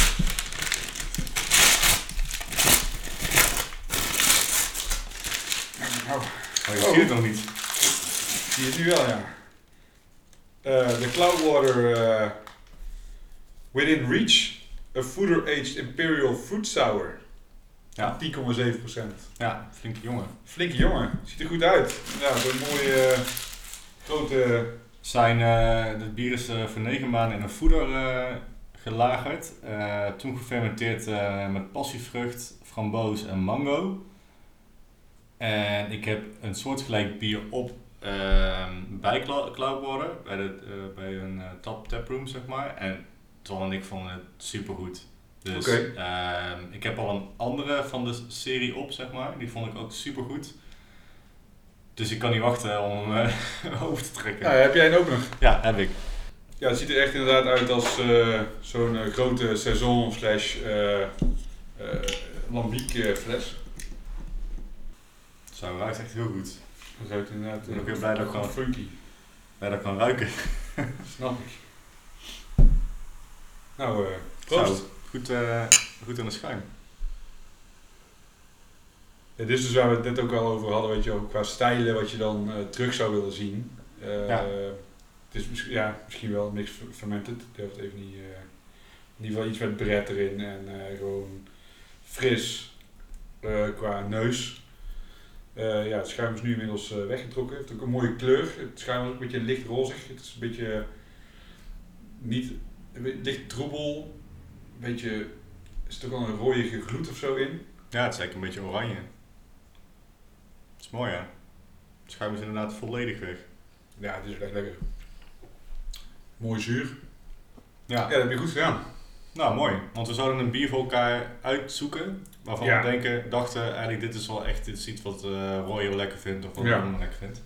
Je ziet het nog niet. Zie je het nu wel, ja. De Cloudwater Within Reach, a Fooder-Aged Imperial Fruit Sour. Ja. 10,7%. Ja, flinke jongen. Flinke jongen, ziet er goed uit. Ja, zo'n mooie grote... Het bier is voor 9 maanden in een voeder gelagerd. Toen gefermenteerd met passievrucht, framboos en mango. En ik heb een soortgelijk bier op bij Cloudwater, bij een taproom zeg maar. En Ton en ik vonden het supergoed. Dus ik heb al een andere van de serie op zeg maar, die vond ik ook supergoed. Dus ik kan niet wachten om hem over te trekken. Ja, heb jij een ook nog? Ja, heb ik. Ja, het ziet er echt inderdaad uit als zo'n grote saison / lambiek fles. Zo, ruikt echt heel goed. Dat ruikt inderdaad ik ben ook heel blij dat ik funky. Blij dat ik kan ruiken. Snap ik. Nou, proost. Zo, goed aan de schuim. Ja, dit is dus waar we het net ook al over hadden, weet je, ook qua stijlen wat je dan terug zou willen zien. Het is misschien wel een mix fermented, ik durf het even niet. In ieder geval iets met bret erin en gewoon fris qua neus. Het schuim is nu inmiddels weggetrokken. Het heeft ook een mooie kleur. Het schuim is ook een beetje licht rozig. Het is een beetje licht troebel. Een beetje, er zit ook wel een rooie gloed of zo in. Ja, het is eigenlijk een beetje oranje. Dat is mooi hè. Het schuim is inderdaad volledig weg. Ja, het is echt lekker. Mooi zuur. Ja, dat heb je goed gedaan. Nou, mooi. Want we zouden een bier voor elkaar uitzoeken. Waarvan we dachten, eigenlijk dit is wel echt iets wat Roy wel lekker vindt. Of wat ik wel lekker vind.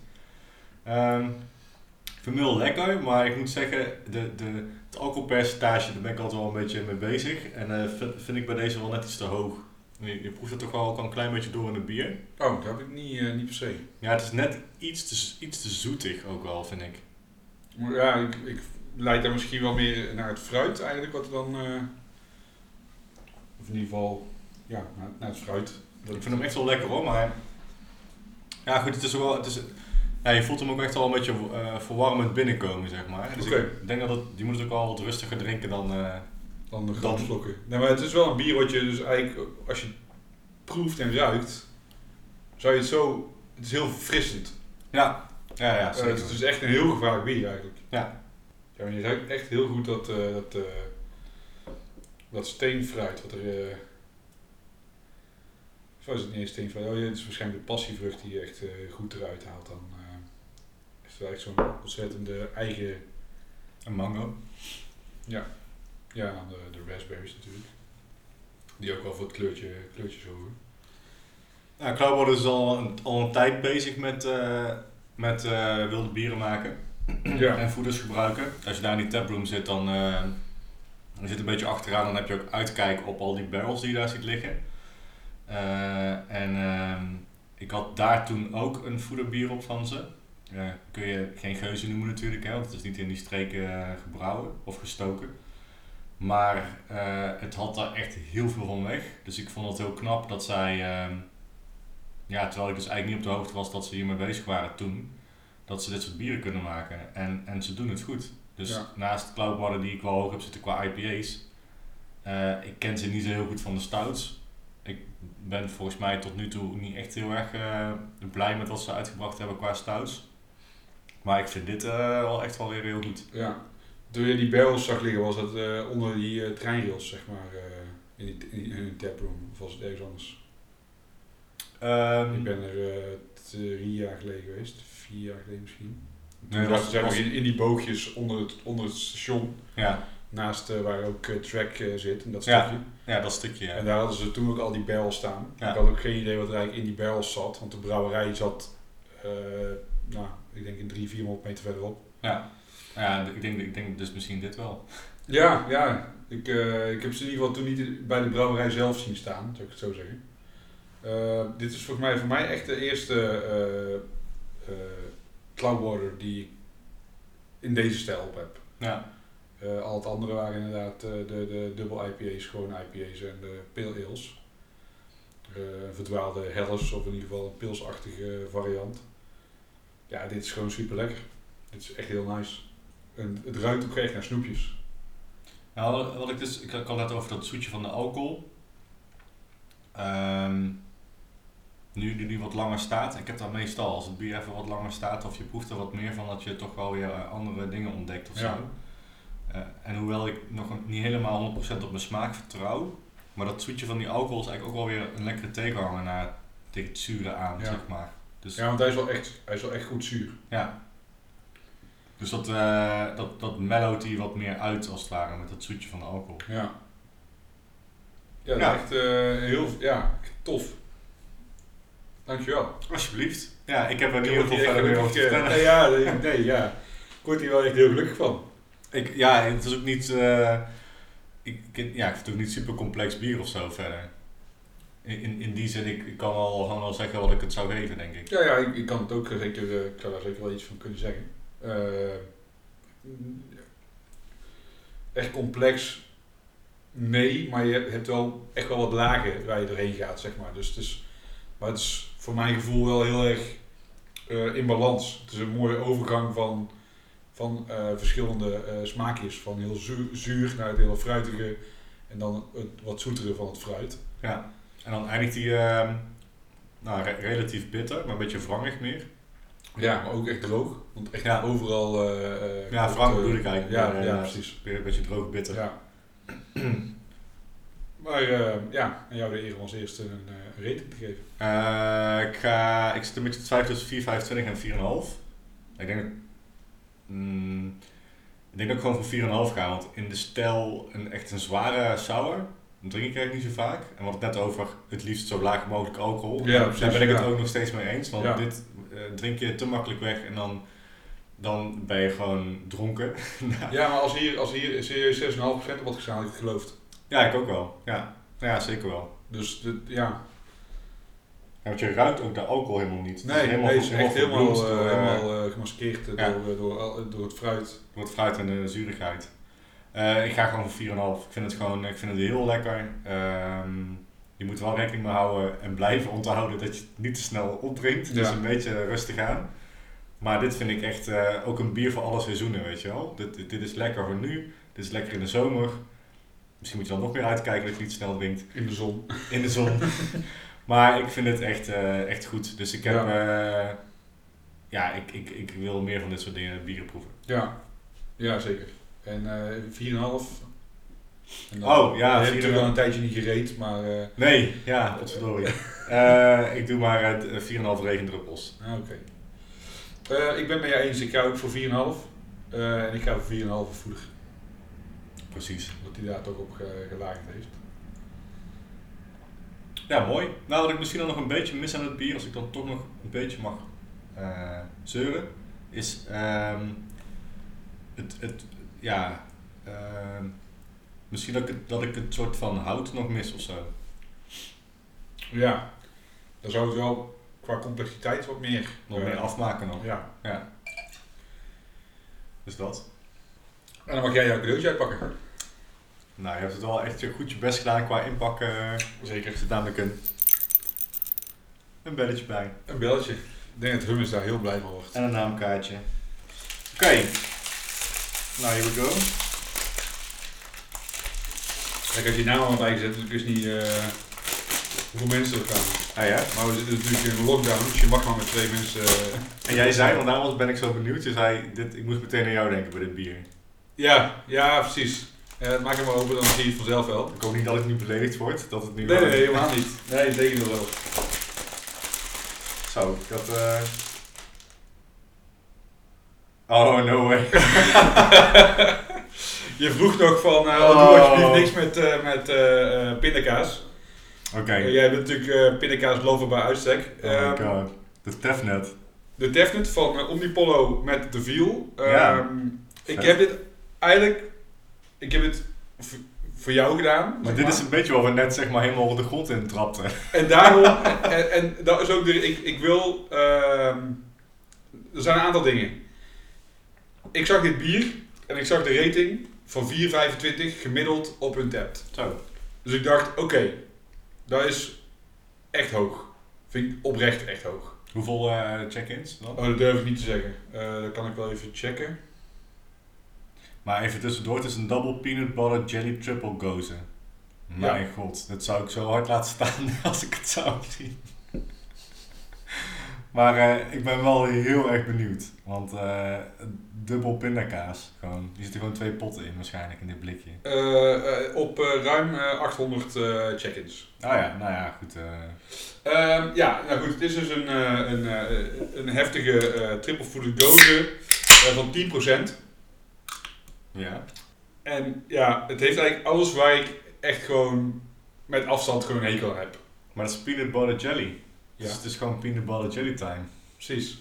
Ik vind hem heel lekker. Maar ik moet zeggen, het alcoholpercentage, daar ben ik altijd wel een beetje mee bezig. En vind ik bij deze wel net iets te hoog. Je proeft het toch wel ook al een klein beetje door in het bier. Oh, dat heb ik niet per se. Ja, het is net iets te zoetig ook wel, vind ik. Ja, ik leid daar misschien wel meer naar het fruit eigenlijk, wat er dan... of in ieder geval, ja, naar het fruit. Ik vind hem echt wel lekker hoor, maar... Ja goed, je voelt hem ook echt wel een beetje verwarmend binnenkomen, zeg maar. Dus ik denk dat je moet het ook wel wat rustiger drinken dan de grote Nee, maar het is wel een bier wat je dus eigenlijk, als je proeft en ruikt, zou je het zo... Het is heel verfrissend. Ja, zeker. Het is echt een heel gevaarlijk bier eigenlijk. Ja. Ja, maar je ruikt echt heel goed dat steenfruit wat er... Of is het niet eens steenfruit? Oh, het is waarschijnlijk de passievrucht die je echt goed eruit haalt dan. Is het eigenlijk zo'n ontzettende eigen... Een mango. Ja. Ja, en dan de raspberries natuurlijk. Die ook wel voor het kleurtje zorgen. Ja, Cloudwater is al een tijd bezig met wilde bieren maken. Ja. En voeders gebruiken. Als je daar in die taproom zit, dan je zit een beetje achteraan, dan heb je ook uitkijk op al die barrels die je daar ziet liggen. Ik had daar toen ook een voederbier op van ze. Kun je geen geuze noemen natuurlijk, hè, want het is niet in die streken gebrouwen of gestoken. Maar het had daar echt heel veel van weg. Dus ik vond het heel knap dat zij, terwijl ik dus eigenlijk niet op de hoogte was dat ze hiermee bezig waren toen, dat ze dit soort bieren kunnen maken. En ze doen het goed. Dus naast Cloudwater die ik wel hoog heb zitten qua IPA's, ik ken ze niet zo heel goed van de stouts. Ik ben volgens mij tot nu toe niet echt heel erg blij met wat ze uitgebracht hebben qua stouts. Maar ik vind dit wel echt wel weer heel goed. Ja. Toen je die barrels zag liggen, was dat onder die treinrails, zeg maar, in een taproom? Of was het ergens anders? Ik ben er 3 jaar geleden geweest, 4 jaar geleden misschien. Toen was het zeg maar in die boogjes onder het station. Ja. Naast waar ook track zit, in dat stukje. Ja, dat stukje. Ja. En daar hadden ze toen ook al die barrels staan. Ja. Ik had ook geen idee wat er eigenlijk in die barrels zat. Want de brouwerij zat, ik denk in 300-400 meter verderop. Ja, ik denk dus misschien dit wel. Ja. Ik heb ze in ieder geval toen niet bij de brouwerij zelf zien staan, zou ik het zo zeggen. Dit is voor mij echt de eerste Cloudwater die ik in deze stijl op heb. Ja. Al het andere waren inderdaad de dubbel IPA's, gewoon IPA's en de pale ales. Verdwaalde helles of in ieder geval een pilsachtige variant. Ja, dit is gewoon super lekker. Dit is echt heel nice. En het ruikt ook echt naar snoepjes. Nou, ik had net over dat zoetje van de alcohol. Nu die wat langer staat, ik heb dat meestal als het bier even wat langer staat of je proeft er wat meer van, dat je toch wel weer andere dingen ontdekt of zo. En hoewel ik nog niet helemaal 100% op mijn smaak vertrouw, maar dat zoetje van die alcohol is eigenlijk ook wel weer een lekkere tegenhanger naar tegen het zure aan, zeg maar. Dus, ja, want hij is wel echt goed zuur. Ja. Dus dat mellowt hij wat meer uit als het ware met het zoetje van de alcohol. Ja. Ja, echt heel tof. Dankjewel. Alsjeblieft. Ja, ik heb er niet heel veel verder meer over te vertellen. Nee, ik word hier wel echt heel gelukkig van. Het is ook niet, ik vind het ook niet super complex bier of zo verder. In die zin, ik kan gewoon wel zeggen wat ik het zou geven, denk ik. Ja, ik kan het ook zeker, ik zou daar zeker wel iets van kunnen zeggen. Echt complex, nee, maar je hebt wel echt wel wat lagen waar je doorheen gaat, zeg maar. Dus het is voor mijn gevoel wel heel erg in balans. Het is een mooie overgang van verschillende smaakjes. Van heel zuur naar het hele fruitige en dan het wat zoetere van het fruit. Ja, en dan eindigt die relatief bitter, maar een beetje wrangig meer. Ja, maar ook echt droog. Want echt overal... wrang bedoel ik eigenlijk. Ja, precies. Weer een beetje droog bitter. Ja. Maar aan jou de eer om als eerste een rating te geven. Ik zit een beetje te twijfelen tussen 4,25 en 4,5. Ik denk dat ik gewoon voor 4,5 ga, want in de stijl echt een zware sour, dat drink ik eigenlijk niet zo vaak. En we hadden het net over het liefst zo laag mogelijk alcohol. Ja, precies, daar ben ik het ook nog steeds mee eens, want dit drink je te makkelijk weg en dan ben je gewoon dronken. Ja, maar als hier serieus 6,5% op had gestaan, had ik het geloofd. Ja, ik ook wel. Ja, zeker wel. Dus Ja, want je ruikt ook de alcohol helemaal niet. Nee, het is echt helemaal gemaskeerd door het fruit. Door het fruit en de zuurigheid. Ik ga gewoon voor 4,5. Ik vind het heel lekker. Je moet wel rekening mee houden en blijven onthouden dat je het niet te snel opdrinkt. Dus een beetje rustig aan. Maar dit vind ik echt ook een bier voor alle seizoenen, weet je wel. Dit is lekker voor nu. Dit is lekker in de zomer. Misschien moet je dan nog meer uitkijken dat je niet snel drinkt. In de zon. In de zon. Maar ik vind het echt goed. Dus ik heb... ik wil meer van dit soort dingen bieren proeven. Ja, zeker. En 4,5. Je hebt er wel een tijdje niet gereed, maar... Nee, ja, potverdorie. Ik doe maar 4,5 regendruppels. Oké. Ik ben met jou eens, ik ga ook voor 4,5. En ik ga voor 4,5 voeder. Precies. Dat hij daar toch op gelagerd heeft. Ja, mooi. Nou, wat ik misschien dan nog een beetje mis aan het bier, als ik dan toch nog een beetje mag zeuren, is misschien dat ik het soort van hout nog mis of zo. Ja, dan zou het wel qua complexiteit wat meer... Nog meer afmaken nog. Ja. Dus dat. En dan mag jij jouw cadeautje uitpakken. Nou, je hebt het wel echt goed je best gedaan qua inpakken. Zeker. Er zit namelijk een belletje bij. Een belletje. Ik denk dat Hummus daar heel blij van wordt. En een naamkaartje. Oké. Nou, here we go. Kijk, als je naam aan bijgezet, dan wist niet hoeveel mensen er gaan. Ah ja? Maar we zitten natuurlijk in een lockdown, dus je mag maar met 2 mensen... En jij zei, want daarom ben ik zo benieuwd, je zei, ik moest meteen aan jou denken bij dit bier. Ja, precies. Maak hem maar open, dan zie je het vanzelf wel. Ik hoop niet dat ik nu beledigd word, dat het nu... Nee, helemaal niet. Nee, zeker wel. Zo, ik had... Oh, no way. Je vroeg nog van, doe alsjeblieft niks met pindakaas. Oké. Jij bent natuurlijk pindakaas lover bij uitstek. Oh my god. De Tefnet. De Tefnet van Omnipollo met de Viel. Ik vet. heb dit eigenlijk... Ik heb het voor jou gedaan. Maar dit is een beetje waar we net zeg maar helemaal de grond in trapten. En daarom... en dat is ook ik wil... er zijn een aantal dingen. Ik zag dit bier en ik zag de rating van 4,25 gemiddeld op Untappd. Zo. Dus ik dacht, oké, dat is echt hoog. Vind ik oprecht echt hoog. Hoeveel check-ins dan? Oh, dat durf ik niet te zeggen. Dat kan ik wel even checken. Maar even tussendoor, het is een double peanut butter jelly triple gozer. Mijn god, dat zou ik zo hard laten staan als ik het zou zien. Maar ik ben wel heel erg benieuwd. Want dubbel pindakaas, gewoon. Je zit er gewoon 2 potten in waarschijnlijk in dit blikje. Op ruim 800 check-ins. Ah ja, nou ja, goed. Nou goed, het is dus een heftige triple fooded gozer van 10%. Ja. En ja, het heeft eigenlijk alles waar ik echt gewoon met afstand gewoon een hekel aan heb. Maar dat is peanut butter jelly. Ja. Dus het is gewoon peanut butter jelly time. Precies.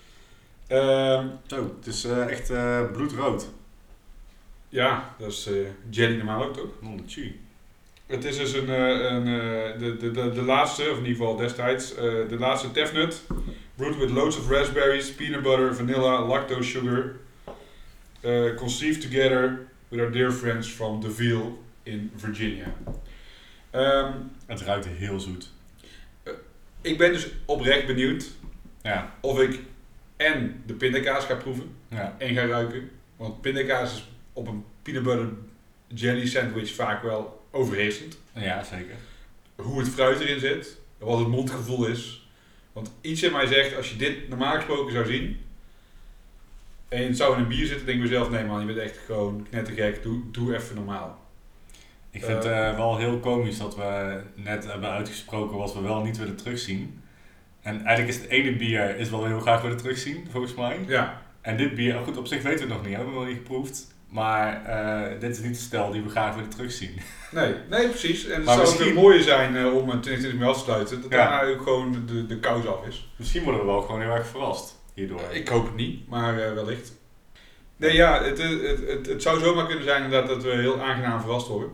Zo, het is echt bloedrood. Ja, dat is jelly normaal ook toch? Tjie. Het is dus de laatste, of in ieder geval destijds, de laatste Tefnut. Brewed with loads of raspberries, peanut butter, vanilla, lactose sugar. Conceived together with our dear friends from The Veal in Virginia. Het ruikt heel zoet. Ik ben dus oprecht benieuwd of ik en de pindakaas ga proeven en ga ruiken. Want pindakaas is op een peanut butter jelly sandwich vaak wel overheersend. Ja, zeker. Hoe het fruit erin zit, wat het mondgevoel is. Want iets in mij zegt, als je dit normaal gesproken zou zien en het zou in een bier zitten, denk ik mezelf, nee man, je bent echt gewoon knettergek, doe even normaal. Ik vind het wel heel komisch dat we net hebben uitgesproken wat we wel niet willen terugzien. En eigenlijk is het ene bier is wel heel graag willen terugzien, volgens mij. Ja. En dit bier, goed, op zich weten we het nog niet, hebben we nog niet geproefd. Maar dit is niet de stijl die we graag willen terugzien. Nee, precies. En het maar zou ook weer mooier zijn om 2020 mee af te sluiten, dat daarna ook gewoon de kous af is. Misschien worden we wel gewoon heel erg verrast hierdoor. Ik hoop het niet, maar wellicht. Nee, ja, het zou zomaar kunnen zijn inderdaad dat we heel aangenaam verrast worden.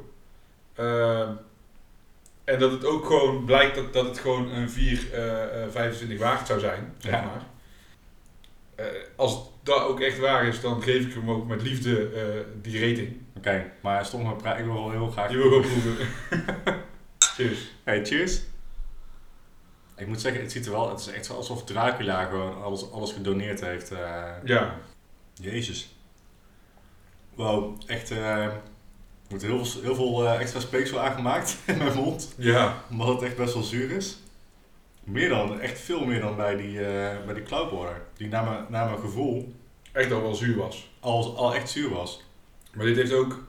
En dat het ook gewoon blijkt dat het gewoon een 4,25 waard zou zijn, zeg maar. Als dat ook echt waar is, dan geef ik hem ook met liefde die rating. Oké, maar stom ik wil wel heel graag... Je wil gewoon proeven. Cheers. Hey, cheers. Ik moet zeggen, het is echt alsof Dracula gewoon alles gedoneerd heeft. Ja. Jezus. Wow, echt... Er wordt heel veel extra speeksel aangemaakt in mijn mond. Ja. Omdat het echt best wel zuur is. Echt veel meer dan bij die Cloudwater. Die naar mijn gevoel... Echt al wel zuur was. Al echt zuur was. Maar dit heeft ook...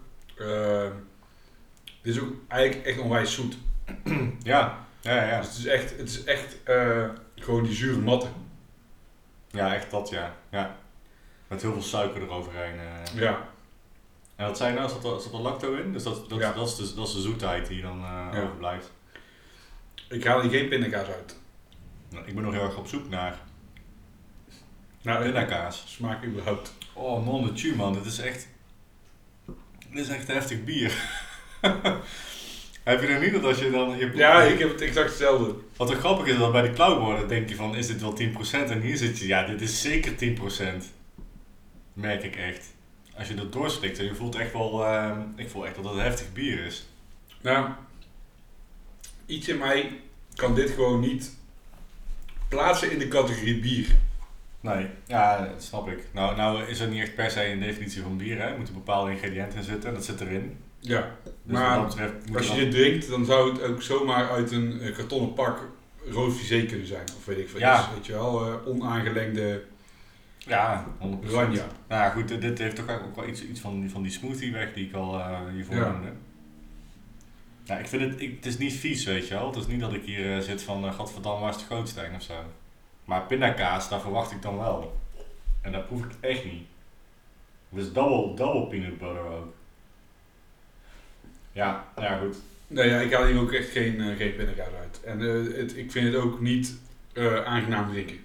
dit is ook eigenlijk echt onwijs zoet. Ja. Dus het is echt gewoon die zure matten. Ja, echt dat, ja. Met heel veel suiker eroverheen. Ja. En wat zei je nou? Zat er lacto in? Dus dat is de zoetheid die dan overblijft. Ik haal hier geen pindakaas uit. Nou, ik ben nog heel erg op zoek naar pindakaas. Smaak überhaupt. Oh non de tju man, dit is echt heftig bier. Heb je er niet dat als je dan... Ja, ik heb het exact hetzelfde. Wat er grappig is, dat bij de Cloudwater denk je van, is dit wel 10%? En hier zit je, dit is zeker 10%. Merk ik echt. Als je dat doorslikt en je voelt echt wel, ik voel echt dat het een heftig bier is. Nou, iets in mij kan dit gewoon niet plaatsen in de categorie bier. Nee, ja, dat snap ik. Nou is er niet echt per se een definitie van bier, hè. Er moeten bepaalde ingrediënten in zitten en dat zit erin. Ja, dus maar als je dit drinkt, dan zou het ook zomaar uit een kartonnen pak rood visé kunnen zijn. Of weet ik veel. Ja. Iets, weet je wel, onaangelengde... Ja, 100%. Ranja. Nou goed, dit heeft toch ook wel iets van die smoothie weg die ik al hiervoor noemde. Nou, ik vind het is niet vies, weet je wel. Het is niet dat ik hier zit van, godverdamme, waar is de Grootstein of zo. Maar pindakaas, daar verwacht ik dan wel. En dat proef ik echt niet. Het is double peanut butter ook. Ja, goed. Nee, ja, ik haal hier ook echt geen pindakaas uit. En ik vind het ook niet aangenaam drinken.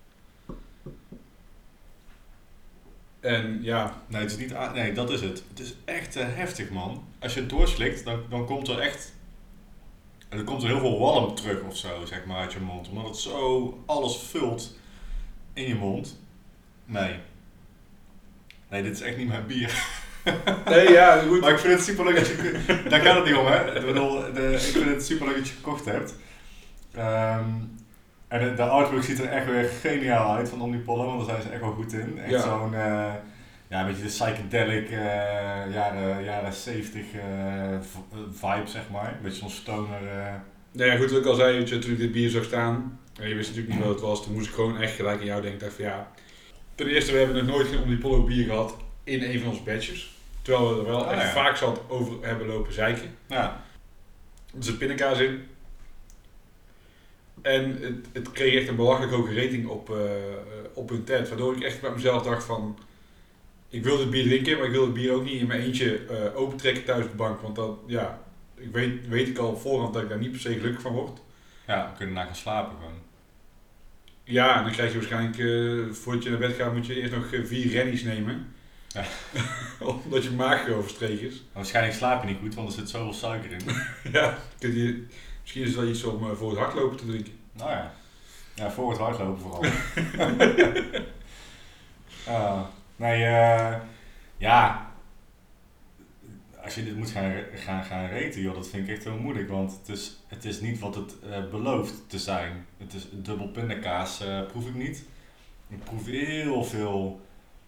En ja... Nee, het is niet nee, dat is het. Het is echt heftig, man. Als je het doorslikt, dan komt er echt... Er komt er heel veel walm terug of zo, zeg maar, uit je mond. Omdat het zo alles vult in je mond. Nee, dit is echt niet mijn bier. Nee, ja, goed. Maar ik vind het super leuk dat je... Daar gaat het niet om, hè. Ik bedoel, ik vind het super leuk dat je gekocht hebt. En de artwork ziet er echt weer geniaal uit van Omnipollo, want daar zijn ze echt wel goed in. Echt zo'n, een beetje de psychedelic jaren 70 vibe, zeg maar. Een beetje zo'n stoner. Nou ja, goed, wat ik al zei, toen ik dit bier zag staan, en je wist natuurlijk niet wat het was, toen moest ik gewoon echt gelijk aan jou denken. Ik dacht van ja, ten eerste, we hebben nog nooit geen Omnipollo bier gehad in een van onze batches. Terwijl we er wel echt vaak zat over hebben lopen zeiken. Ja. Er zit pindakaas in. En het kreeg echt een belachelijk hoge rating op hun tent. Waardoor ik echt bij mezelf dacht van... Ik wil dit bier drinken, maar ik wil het bier ook niet in mijn eentje opentrekken thuis op de bank. Want dan, ja, weet ik al op voorhand dat ik daar niet per se gelukkig van word. Ja, we kunnen na gaan slapen gewoon. Ja, en dan krijg je waarschijnlijk, voordat je naar bed gaat, moet je eerst nog 4 rennies nemen. Ja. Omdat je maag overstreken is. Maar waarschijnlijk slaap je niet goed, want er zit zoveel suiker in. Ja, misschien is het wel iets om voor het hardlopen te drinken. Nou ja. Ja, voor het hardlopen vooral. Ja. Als je dit moet gaan reten, joh, dat vind ik echt heel moeilijk. Want het is niet wat het belooft te zijn. Het is dubbel pindakaas, proef ik niet. Ik proef heel veel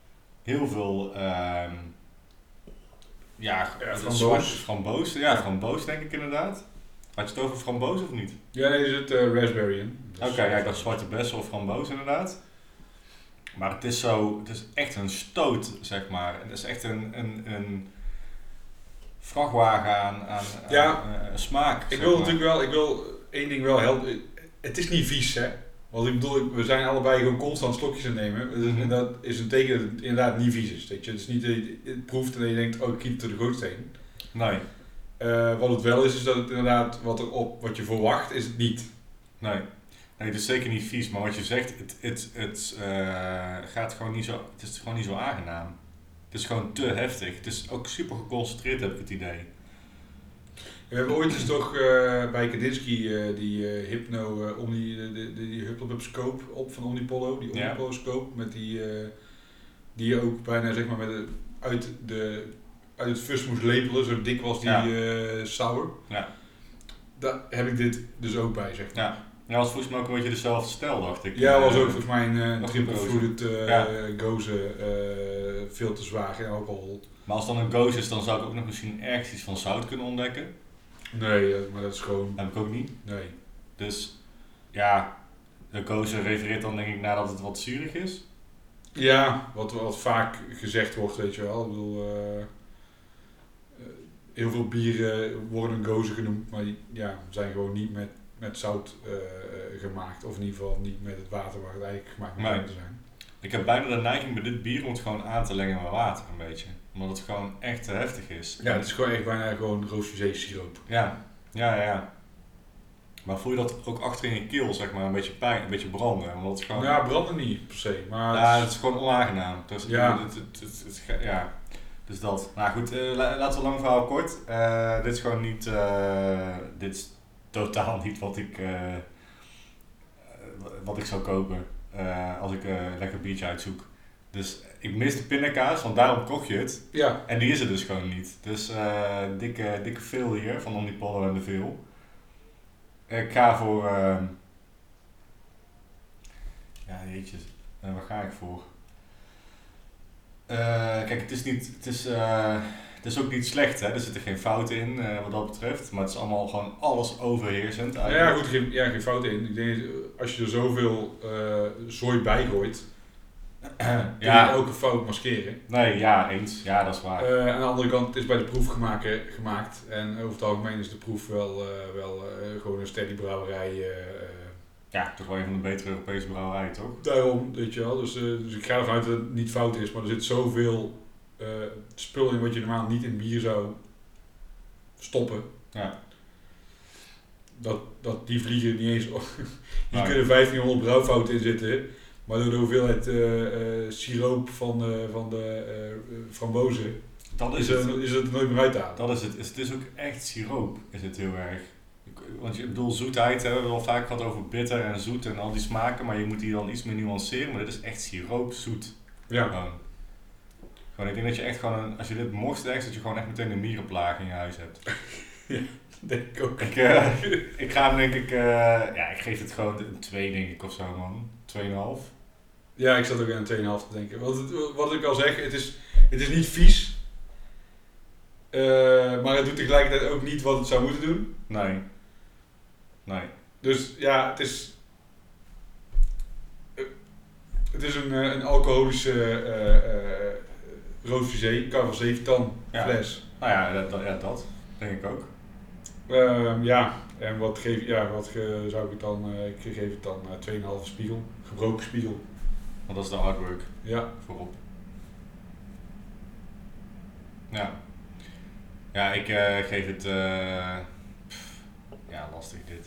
framboos. Ja, framboos denk ik inderdaad. Had je het over framboos of niet? Ja, nee, er zit raspberry in. Oké, ik dacht zwarte bessen of framboos inderdaad. Maar het is echt een stoot, zeg maar. Het is echt een vrachtwagen aan smaak. Ik wil één ding wel helpen. Het is niet vies, hè. Want ik bedoel, we zijn allebei gewoon constant slokjes aan het nemen. En dat is een teken dat het inderdaad niet vies is. Weet je? Het is niet dat je het proeft en dat je denkt, oh, ik kiep er de gootsteen. Nee. Wat het wel is dat het inderdaad, wat je verwacht, is het niet. Nee, het is zeker niet vies, maar wat je zegt, het gaat gewoon niet zo, het is gewoon niet zo aangenaam. Het is gewoon te heftig. Het is ook super geconcentreerd, heb ik het idee. We hebben ooit eens toch bij Kandinsky die Hypno, die Hypnobub scope op van Omnipollo, die Omnipollo scope, met die je ook bijna zeg maar uit het fus moest lepelen, zo dik was die sour. Ja. Daar heb ik dit dus ook bij, zeg maar. Ja. Ja, was volgens mij ook een beetje dezelfde stijl, dacht ik. Ja, was ook volgens mij een triple fruited goze, veel te zwaar, geen alcohol. Maar als het dan een goze is, dan zou ik ook nog misschien ergens iets van zout kunnen ontdekken. Nee, maar dat is gewoon... Dat heb ik ook niet. Nee. Dus, ja, de goze refereert dan denk ik nadat het wat zuurig is. Ja, wat vaak gezegd wordt, weet je wel. Ik bedoel, heel veel bieren worden een goze genoemd, maar die zijn gewoon niet met zout gemaakt. Of in ieder geval niet met het water waar het eigenlijk gemaakt moet zijn. Ik heb bijna de neiging bij dit bier om het gewoon aan te lengen met water een beetje. Omdat het gewoon echt te heftig is. Ja, het is gewoon echt bijna gewoon roosvisé siroop. Ja. Maar voel je dat ook achter in je keel, zeg maar, een beetje pijn, een beetje branden? Omdat het gewoon... Ja, branden niet per se, maar... Ja, het is gewoon onaangenaam. Dus, ja. Dus dat. Nou goed, laten we lang verhaal kort. Dit is gewoon niet... dit is totaal niet wat ik zou kopen als ik een lekker biertje uitzoek. Dus ik mis de pindakaas, want daarom kocht je het. Ja. En die is er dus gewoon niet. Dus dikke veel hier van Omnipollo en de veel. Ik ga voor... jeetjes. Waar ga ik voor? Kijk, het is ook niet slecht, hè. Er zitten geen fouten in wat dat betreft. Maar het is allemaal gewoon alles overheersend. Ja, goed, geen fouten in. Ik denk, als je er zoveel zooi bij gooit, kun je ook een fout maskeren. Nee, ja, eens. Ja, dat is waar. Aan de andere kant, het is bij de proef gemaakt. En over het algemeen is de proef wel gewoon een steady brouwerij. Ja, toch wel een van de betere Europese brouwerijen, toch? Daarom, weet je wel. Dus ik ga ervan uit dat het niet fout is. Maar er zit zoveel spul in wat je normaal niet in bier zou stoppen. Ja. Dat die vliegen niet eens... Hier kunnen 1500 brouwfouten in zitten. Maar door de hoeveelheid siroop van de frambozen is het nooit meer uit te halen. Dat is het. Het is ook echt siroop, is het heel erg. Want ik bedoel, zoetheid hebben we wel vaak gehad over bitter en zoet en al die smaken. Maar je moet die dan iets meer nuanceren. Maar dit is echt siroop, zoet. Ja. Gewoon, ik denk dat je echt gewoon, als je dit mocht ergens, dat je gewoon echt meteen een mierenplaag in je huis hebt. Ja, denk ik ook. Ik ga hem denk ik, ik geef het gewoon een 2 denk ik of zo man. 2,5. Ja, ik zat ook aan een 2,5 te denken. Wat ik al zeg, het is niet vies. Maar het doet tegelijkertijd ook niet wat het zou moeten doen. Nee. Dus ja, het is een alcoholische rood visé, Carval 7 tan fles. Nou ja, dat denk ik ook. En zou ik het dan? Ik geef het dan 2,5 spiegel, gebroken spiegel. Want dat is de artwork. Ja. Voorop. Ja. Ja, ik geef het, lastig dit.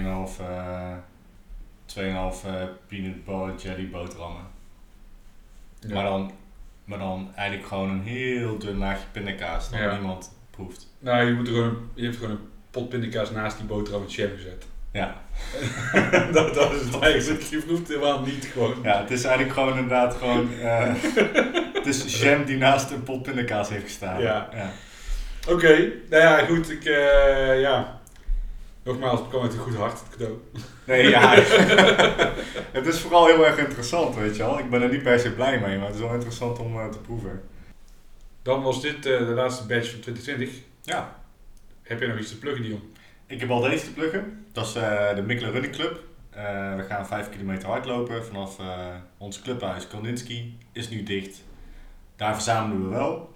2,5 peanut butter jelly boterhammen. Ja. Maar dan eigenlijk gewoon een heel dun laagje pindakaas dat niemand proeft. Nou, je hebt gewoon een pot pindakaas naast die boterham met jam gezet. Ja. dat is het eigenlijk. Je proeft helemaal niet gewoon. Ja, het is eigenlijk gewoon inderdaad gewoon... het is jam die naast een pot pindakaas heeft gestaan. Ja. Oké, nou ja, goed. Nogmaals, het kwam uit een goed hart, het cadeau. Nee, ja. Het is vooral heel erg interessant, weet je wel. Ik ben er niet per se blij mee, maar het is wel interessant om te proeven. Dan was dit de laatste batch van 2020. Ja. Heb je nog iets te pluggen, Dion? Ik heb al deze te pluggen. Dat is de Mikkeler Running Club. We gaan 5 kilometer hardlopen vanaf ons clubhuis. Koninski is nu dicht. Daar verzamelen we wel.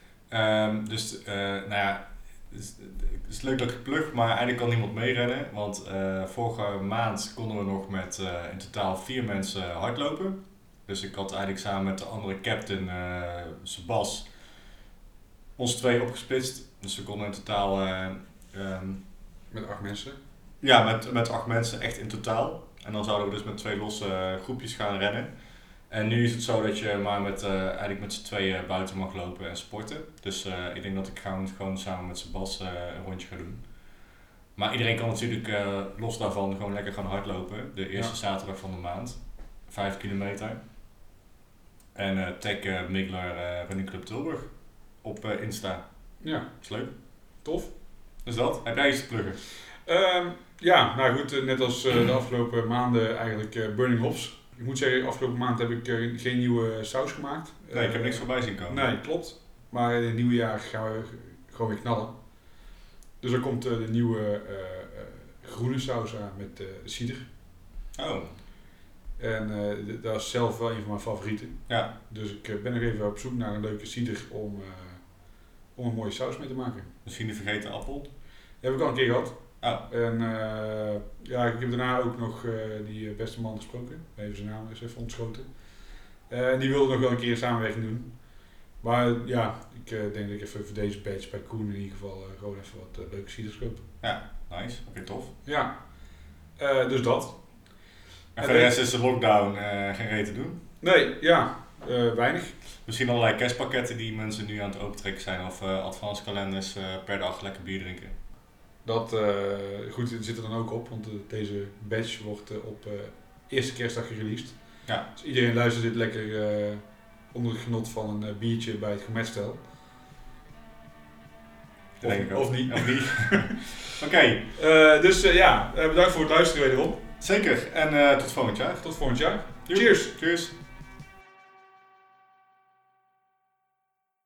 Het is leuk dat ik het plug, maar eigenlijk kan niemand meerennen. Want vorige maand konden we nog met in totaal 4 mensen hardlopen. Dus ik had eigenlijk samen met de andere captain, Sebas, ons 2 opgesplitst. Dus we konden in totaal... met 8 mensen? Ja, met 8 mensen echt in totaal. En dan zouden we dus met 2 losse groepjes gaan rennen. En nu is het zo dat je maar eigenlijk met z'n tweeën buiten mag lopen en sporten. Dus ik denk dat ik gewoon samen met Sebas een rondje ga doen. Maar iedereen kan natuurlijk los daarvan gewoon lekker gaan hardlopen. De eerste zaterdag van de maand. 5 kilometer. En tag Mikkeler Running Club Tilburg op Insta. Ja. Is leuk. Tof. Dus dat. Heb jij iets te pluggen? Nou goed, net als de afgelopen maanden eigenlijk Burning Hops. Ik moet zeggen, afgelopen maand heb ik geen nieuwe saus gemaakt. Nee, ik heb niks voorbij zien komen. Nee, klopt. Maar in het nieuwe jaar gaan we gewoon weer knallen. Dus er komt de nieuwe groene saus aan met cider. Oh. En dat is zelf wel een van mijn favorieten. Ja. Dus ik ben nog even op zoek naar een leuke cider om een mooie saus mee te maken. Misschien de vergeten appel? Dat heb ik al een keer gehad. Oh. En ik heb daarna ook nog die beste man gesproken. Even zijn naam is even ontschoten. Die wilde nog wel een keer samenwerking doen. Maar ja, ik denk dat ik even voor deze batch bij Koen in ieder geval gewoon even wat leuke ciders koop. Ja, nice. Oké, tof. Ja, dus dat. En voor de rest is de lockdown geen reet te doen? Nee, weinig. Misschien allerlei kerstpakketten die mensen nu aan het opentrekken zijn of advanskalenders per dag lekker bier drinken. Dat zit er dan ook op, want deze batch wordt op eerste kerstdag gereleased. Ja. Dus iedereen luistert dit lekker onder het genot van een biertje bij het gemetstel. Of niet. Oké. Dus bedankt voor het luisteren wederom. Zeker. En tot volgend jaar. Tot volgend jaar. Cheers. Cheers.